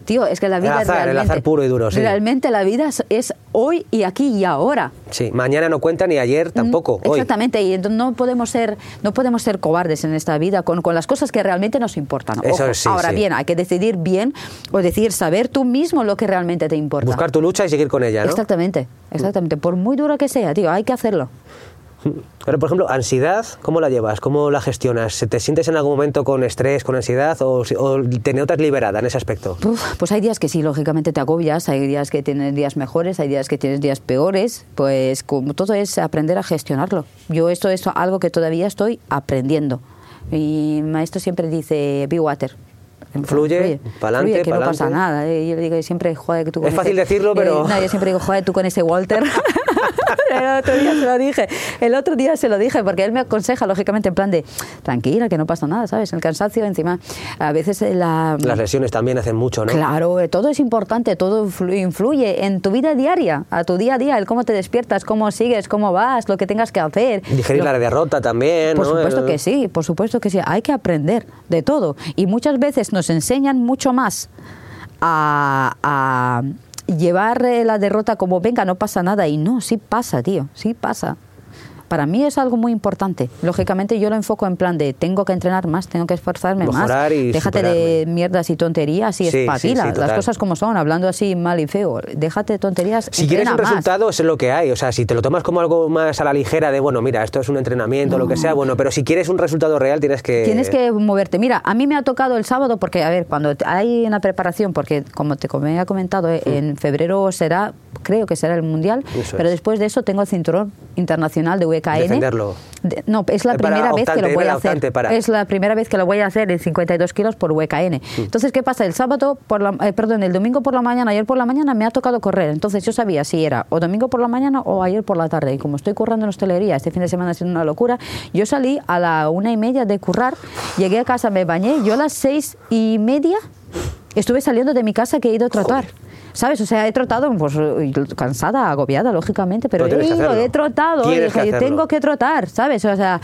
Speaker 2: la vida
Speaker 1: el azar puro y duro, sí.
Speaker 2: Realmente la vida es hoy y aquí y ahora.
Speaker 1: Sí, mañana no cuenta ni ayer tampoco, hoy.
Speaker 2: Exactamente, y no podemos ser cobardes en esta vida con las cosas que realmente nos importan.
Speaker 1: Eso
Speaker 2: Ojo,
Speaker 1: sí,
Speaker 2: ahora
Speaker 1: sí.
Speaker 2: bien, hay que decidir bien, o decir, saber tú mismo lo que realmente te importa.
Speaker 1: Buscar tu lucha y seguir con ella, ¿no?
Speaker 2: Exactamente. Por muy dura que sea, tío, hay que hacerlo.
Speaker 1: Pero, por ejemplo, ansiedad, ¿cómo la llevas? ¿Cómo la gestionas? ¿Te sientes en algún momento con estrés, con ansiedad o te notas liberada en ese aspecto?
Speaker 2: Pues hay días que sí, lógicamente te agobias, hay días que tienes días mejores, hay días que tienes días peores, pues como todo es aprender a gestionarlo. Yo esto es algo que todavía estoy aprendiendo. Mi maestro siempre dice, be water.
Speaker 1: Fluye, pa'lante,
Speaker 2: que no pasa nada. Yo le digo siempre, joder, que tú con
Speaker 1: es fácil decirlo, pero...
Speaker 2: yo siempre digo, joder, tú con ese Walter. El otro día se lo dije, porque él me aconseja, lógicamente, en plan de, tranquila, que no pasa nada, ¿sabes? El cansancio, encima, a veces las
Speaker 1: lesiones también hacen mucho, ¿no?
Speaker 2: Claro, todo es importante, todo influye en tu vida diaria, a tu día a día, el cómo te despiertas, cómo sigues, cómo vas, lo que tengas que hacer.
Speaker 1: Digerir la derrota también,
Speaker 2: Por
Speaker 1: ¿no?
Speaker 2: supuesto que sí, por supuesto que sí. Hay que aprender de todo. Y muchas veces nos enseñan mucho más a llevar la derrota como venga, no pasa nada. Y no, sí pasa, tío, sí pasa. Para mí es algo muy importante. Lógicamente yo lo enfoco en plan de tengo que entrenar más, tengo que esforzarme
Speaker 1: mejorar
Speaker 2: más.
Speaker 1: Y
Speaker 2: déjate
Speaker 1: superarme.
Speaker 2: de mierdas y tonterías y espabila.
Speaker 1: Sí,
Speaker 2: las cosas como son, hablando así mal y feo. Déjate de tonterías.
Speaker 1: Si quieres un
Speaker 2: más.
Speaker 1: resultado, es lo que hay. O sea, si te lo tomas como algo más a la ligera de, bueno, mira, esto es un entrenamiento, lo que sea, bueno, pero si quieres un resultado real tienes que
Speaker 2: moverte. Mira, a mí me ha tocado el sábado porque, a ver, cuando hay una preparación, porque como te había comentado, en febrero creo que será el Mundial, pero después de eso tengo el cinturón internacional de WKN.
Speaker 1: Defenderlo.
Speaker 2: No, es la primera vez que lo voy a hacer. Es la primera vez que lo voy a hacer en 52 kilos por WKN. Entonces, ¿qué pasa? El domingo por la mañana, ayer por la mañana me ha tocado correr. Entonces, yo sabía si era o domingo por la mañana o ayer por la tarde. Y como estoy currando en hostelería, este fin de semana ha sido una locura, yo salí a la 1:30 de currar, llegué a casa, me bañé, yo a las 6:30 estuve saliendo de mi casa que he ido a trotar. ¿Sabes? O sea, he trotado, pues cansada, agobiada, lógicamente, pero he trotado y dije, tengo que trotar, ¿sabes? O sea,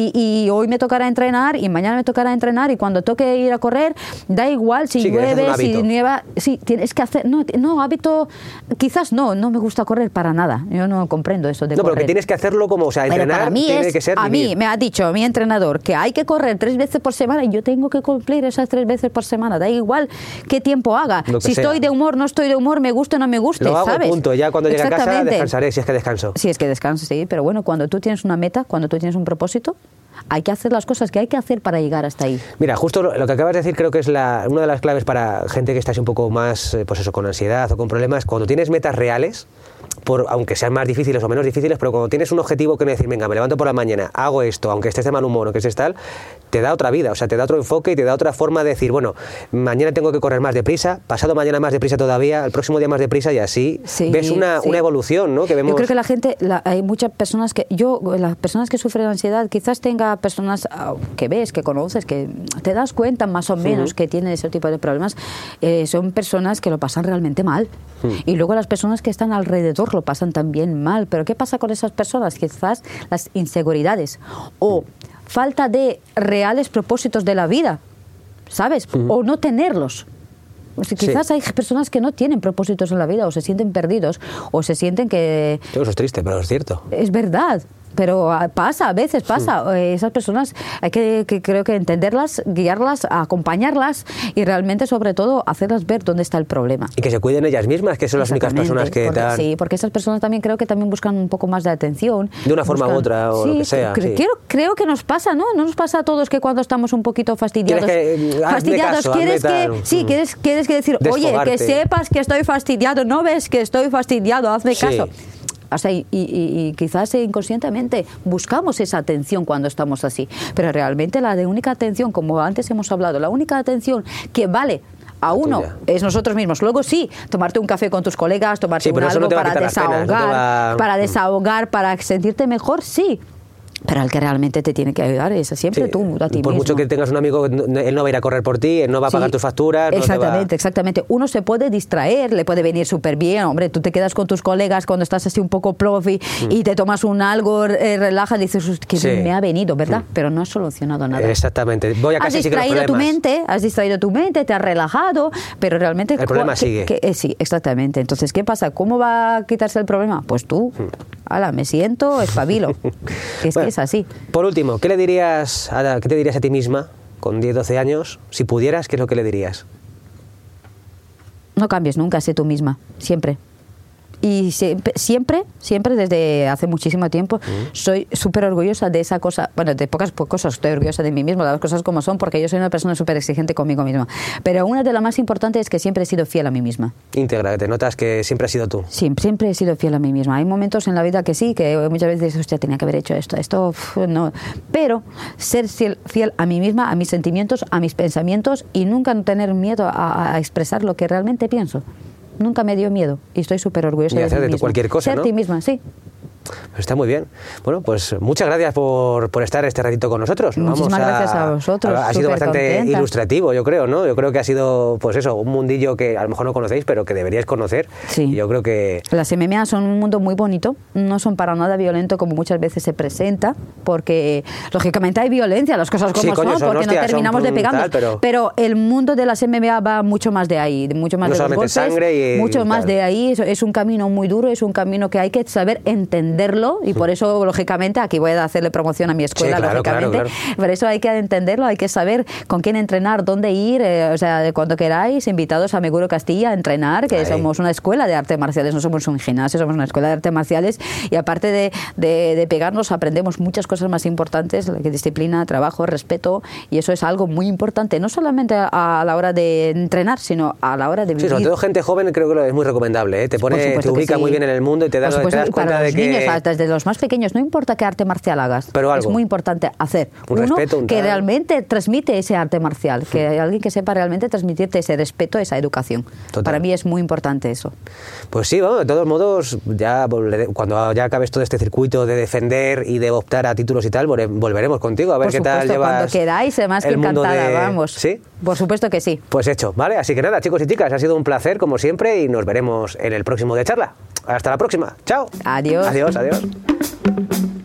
Speaker 2: y hoy me tocará entrenar y mañana me tocará entrenar y cuando toque ir a correr, da igual si llueve, si nieva, sí, tienes que hacer, no, hábito, quizás no me gusta correr para nada, yo no comprendo eso de correr.
Speaker 1: No, pero que tienes que hacerlo como, o sea, entrenar
Speaker 2: para mí
Speaker 1: tiene que ser
Speaker 2: a mí me ha dicho mi entrenador que hay que correr 3 veces por semana y yo tengo que cumplir esas 3 veces por semana, da igual qué tiempo haga, si estoy de humor, no estoy de humor, me guste o no me guste,
Speaker 1: lo hago,
Speaker 2: ¿sabes?
Speaker 1: Punto. Ya cuando llegue a casa descansaré, si es que descanso.
Speaker 2: Si es que descanso, sí, pero bueno, cuando tú tienes una meta, cuando tú tienes un propósito, hay que hacer las cosas que hay que hacer para llegar hasta ahí.
Speaker 1: Mira, justo lo que acabas de decir creo que es una de las claves para gente que está así un poco más, pues eso, con ansiedad o con problemas. Cuando tienes metas reales, aunque sean más difíciles o menos difíciles, pero cuando tienes un objetivo que no decir, venga, me levanto por la mañana, hago esto, aunque estés de mal humor o que estés tal, te da otra vida, o sea, te da otro enfoque y te da otra forma de decir, bueno, mañana tengo que correr más deprisa, pasado mañana más deprisa todavía, el próximo día más deprisa y así ves una evolución, ¿no? Que vemos...
Speaker 2: Yo creo que la gente, hay muchas personas las personas que sufren ansiedad, quizás tenga personas que ves, que conoces, que te das cuenta más o menos que tienen ese tipo de problemas, son personas que lo pasan realmente mal. Y luego las personas que están alrededor lo pasan también mal. Pero ¿qué pasa con esas personas? Quizás las inseguridades o falta de reales propósitos de la vida, ¿sabes? O no tenerlos. O sea, quizás hay personas que no tienen propósitos en la vida o se sienten perdidos o se sienten que...
Speaker 1: Eso es triste, pero es cierto.
Speaker 2: Es verdad. Pero pasa, a veces pasa. Esas personas hay que creo que entenderlas, guiarlas, acompañarlas y realmente, sobre todo, hacerlas ver dónde está el problema.
Speaker 1: Y que se cuiden ellas mismas, que son las únicas personas que dan...
Speaker 2: Sí, porque esas personas también creo que también buscan un poco más de atención.
Speaker 1: De una forma u otra, o lo que sea.
Speaker 2: Creo que nos pasa, ¿no? No nos pasa a todos que cuando estamos un poquito fastidiados... quieres que decir, oye, que sepas que estoy fastidiado, no ves que estoy fastidiado, hazme caso. O sea, y quizás inconscientemente buscamos esa atención cuando estamos así, pero realmente la de única atención, como antes hemos hablado, la única atención que vale a uno es nosotros mismos. Luego sí, tomarte un café con tus colegas, tomarte algo para desahogar, para sentirte mejor, sí. Pero el que realmente te tiene que ayudar es siempre
Speaker 1: Sí,
Speaker 2: tú, a ti
Speaker 1: por
Speaker 2: mismo.
Speaker 1: mucho que tengas un amigo, él no va a ir a correr por ti, él no va a pagar tus facturas.
Speaker 2: Exactamente, exactamente. Uno se puede distraer, le puede venir súper bien. Hombre, tú te quedas con tus colegas cuando estás así un poco profi y te tomas un algo, relajas, dices que me ha venido, ¿verdad? Pero no has solucionado nada.
Speaker 1: Exactamente. Voy a casi
Speaker 2: Has distraído tu mente, te has relajado, pero realmente...
Speaker 1: El problema sigue.
Speaker 2: Sí, exactamente. Entonces, ¿qué pasa? ¿Cómo va a quitarse el problema? Pues tú, ala, me siento, espabilo. Que es
Speaker 1: Bueno,
Speaker 2: que es así.
Speaker 1: Por último, ¿qué te dirías a ti misma con 10, 12 años? Si pudieras, ¿qué es lo que le dirías?
Speaker 2: No cambies nunca, sé tú misma, siempre. Y siempre, desde hace muchísimo tiempo, soy súper orgullosa de esa cosa. Bueno, de pocas cosas estoy orgullosa de mí misma, las cosas como son, porque yo soy una persona súper exigente conmigo misma. Pero una de las más importantes es que siempre he sido fiel a mí misma.
Speaker 1: Íntegra, te notas que siempre has sido tú.
Speaker 2: Siempre he sido fiel a mí misma. Hay momentos en la vida que sí, que muchas veces dices, hostia, tenía que haber hecho esto, no. Pero ser fiel a mí misma, a mis sentimientos, a mis pensamientos y nunca tener miedo a expresar lo que realmente pienso. Nunca me dio miedo y estoy súper orgullosa de mí misma.
Speaker 1: Y hacer de cualquier cosa,
Speaker 2: Ser
Speaker 1: ¿no?
Speaker 2: ti misma, sí.
Speaker 1: Está muy bien. Bueno, pues muchas gracias por estar este ratito con nosotros.
Speaker 2: Muchísimas gracias a vosotros.
Speaker 1: Ha sido bastante
Speaker 2: contenta.
Speaker 1: ilustrativo, yo creo, ¿no? Yo creo que ha sido, pues eso, un mundillo que a lo mejor no conocéis, pero que deberíais conocer.
Speaker 2: Sí.
Speaker 1: Y yo creo que...
Speaker 2: Las MMA son un mundo muy bonito, no son para nada violento como muchas veces se presenta, porque lógicamente hay violencia, las cosas como
Speaker 1: coño,
Speaker 2: son, porque
Speaker 1: hostias,
Speaker 2: no terminamos de pegarnos. Pero el mundo de las MMA va mucho más de ahí, mucho más
Speaker 1: no
Speaker 2: de los
Speaker 1: solamente
Speaker 2: golpes,
Speaker 1: sangre y
Speaker 2: mucho más
Speaker 1: tal.
Speaker 2: de ahí. Es un camino muy duro, es un camino que hay que saber entenderlo y por eso, lógicamente, aquí voy a hacerle promoción a mi escuela,
Speaker 1: Sí, claro,
Speaker 2: lógicamente.
Speaker 1: claro.
Speaker 2: Por eso hay que entenderlo, hay que saber con quién entrenar, dónde ir, o sea, de cuando queráis, invitados a Meguro Castilla a entrenar, que somos una escuela de artes marciales, no somos un gimnasio, somos una escuela de artes marciales y aparte de pegarnos aprendemos muchas cosas más importantes, disciplina, trabajo, respeto y eso es algo muy importante, no solamente a la hora de entrenar, sino a la hora de vivir.
Speaker 1: Sí, sobre todo gente joven creo que es muy recomendable, ¿eh? Te ubica muy bien en el mundo y te das cuenta
Speaker 2: para
Speaker 1: de
Speaker 2: los
Speaker 1: que...
Speaker 2: niños, desde los más pequeños, no importa qué arte marcial hagas,
Speaker 1: Pero algo.
Speaker 2: es muy importante hacer
Speaker 1: Un
Speaker 2: uno
Speaker 1: respeto, un
Speaker 2: que
Speaker 1: tal.
Speaker 2: realmente transmite ese arte marcial, que hay alguien que sepa realmente transmitirte ese respeto, esa educación.
Speaker 1: Total.
Speaker 2: Para mí es muy importante eso.
Speaker 1: Pues sí, bueno, de todos modos, ya cuando ya acabes todo este circuito de defender y de optar a títulos y tal, volveremos contigo a ver
Speaker 2: Por
Speaker 1: qué tal
Speaker 2: supuesto,
Speaker 1: llevas.
Speaker 2: cuando queráis, más que
Speaker 1: el mundo
Speaker 2: encantada,
Speaker 1: de...
Speaker 2: vamos.
Speaker 1: ¿Sí?
Speaker 2: Por supuesto que sí.
Speaker 1: Pues hecho, ¿vale? Así que nada, chicos y chicas, ha sido un placer como siempre y nos veremos en el próximo de charla. Hasta la próxima. Chao.
Speaker 2: Adiós.
Speaker 1: Adiós.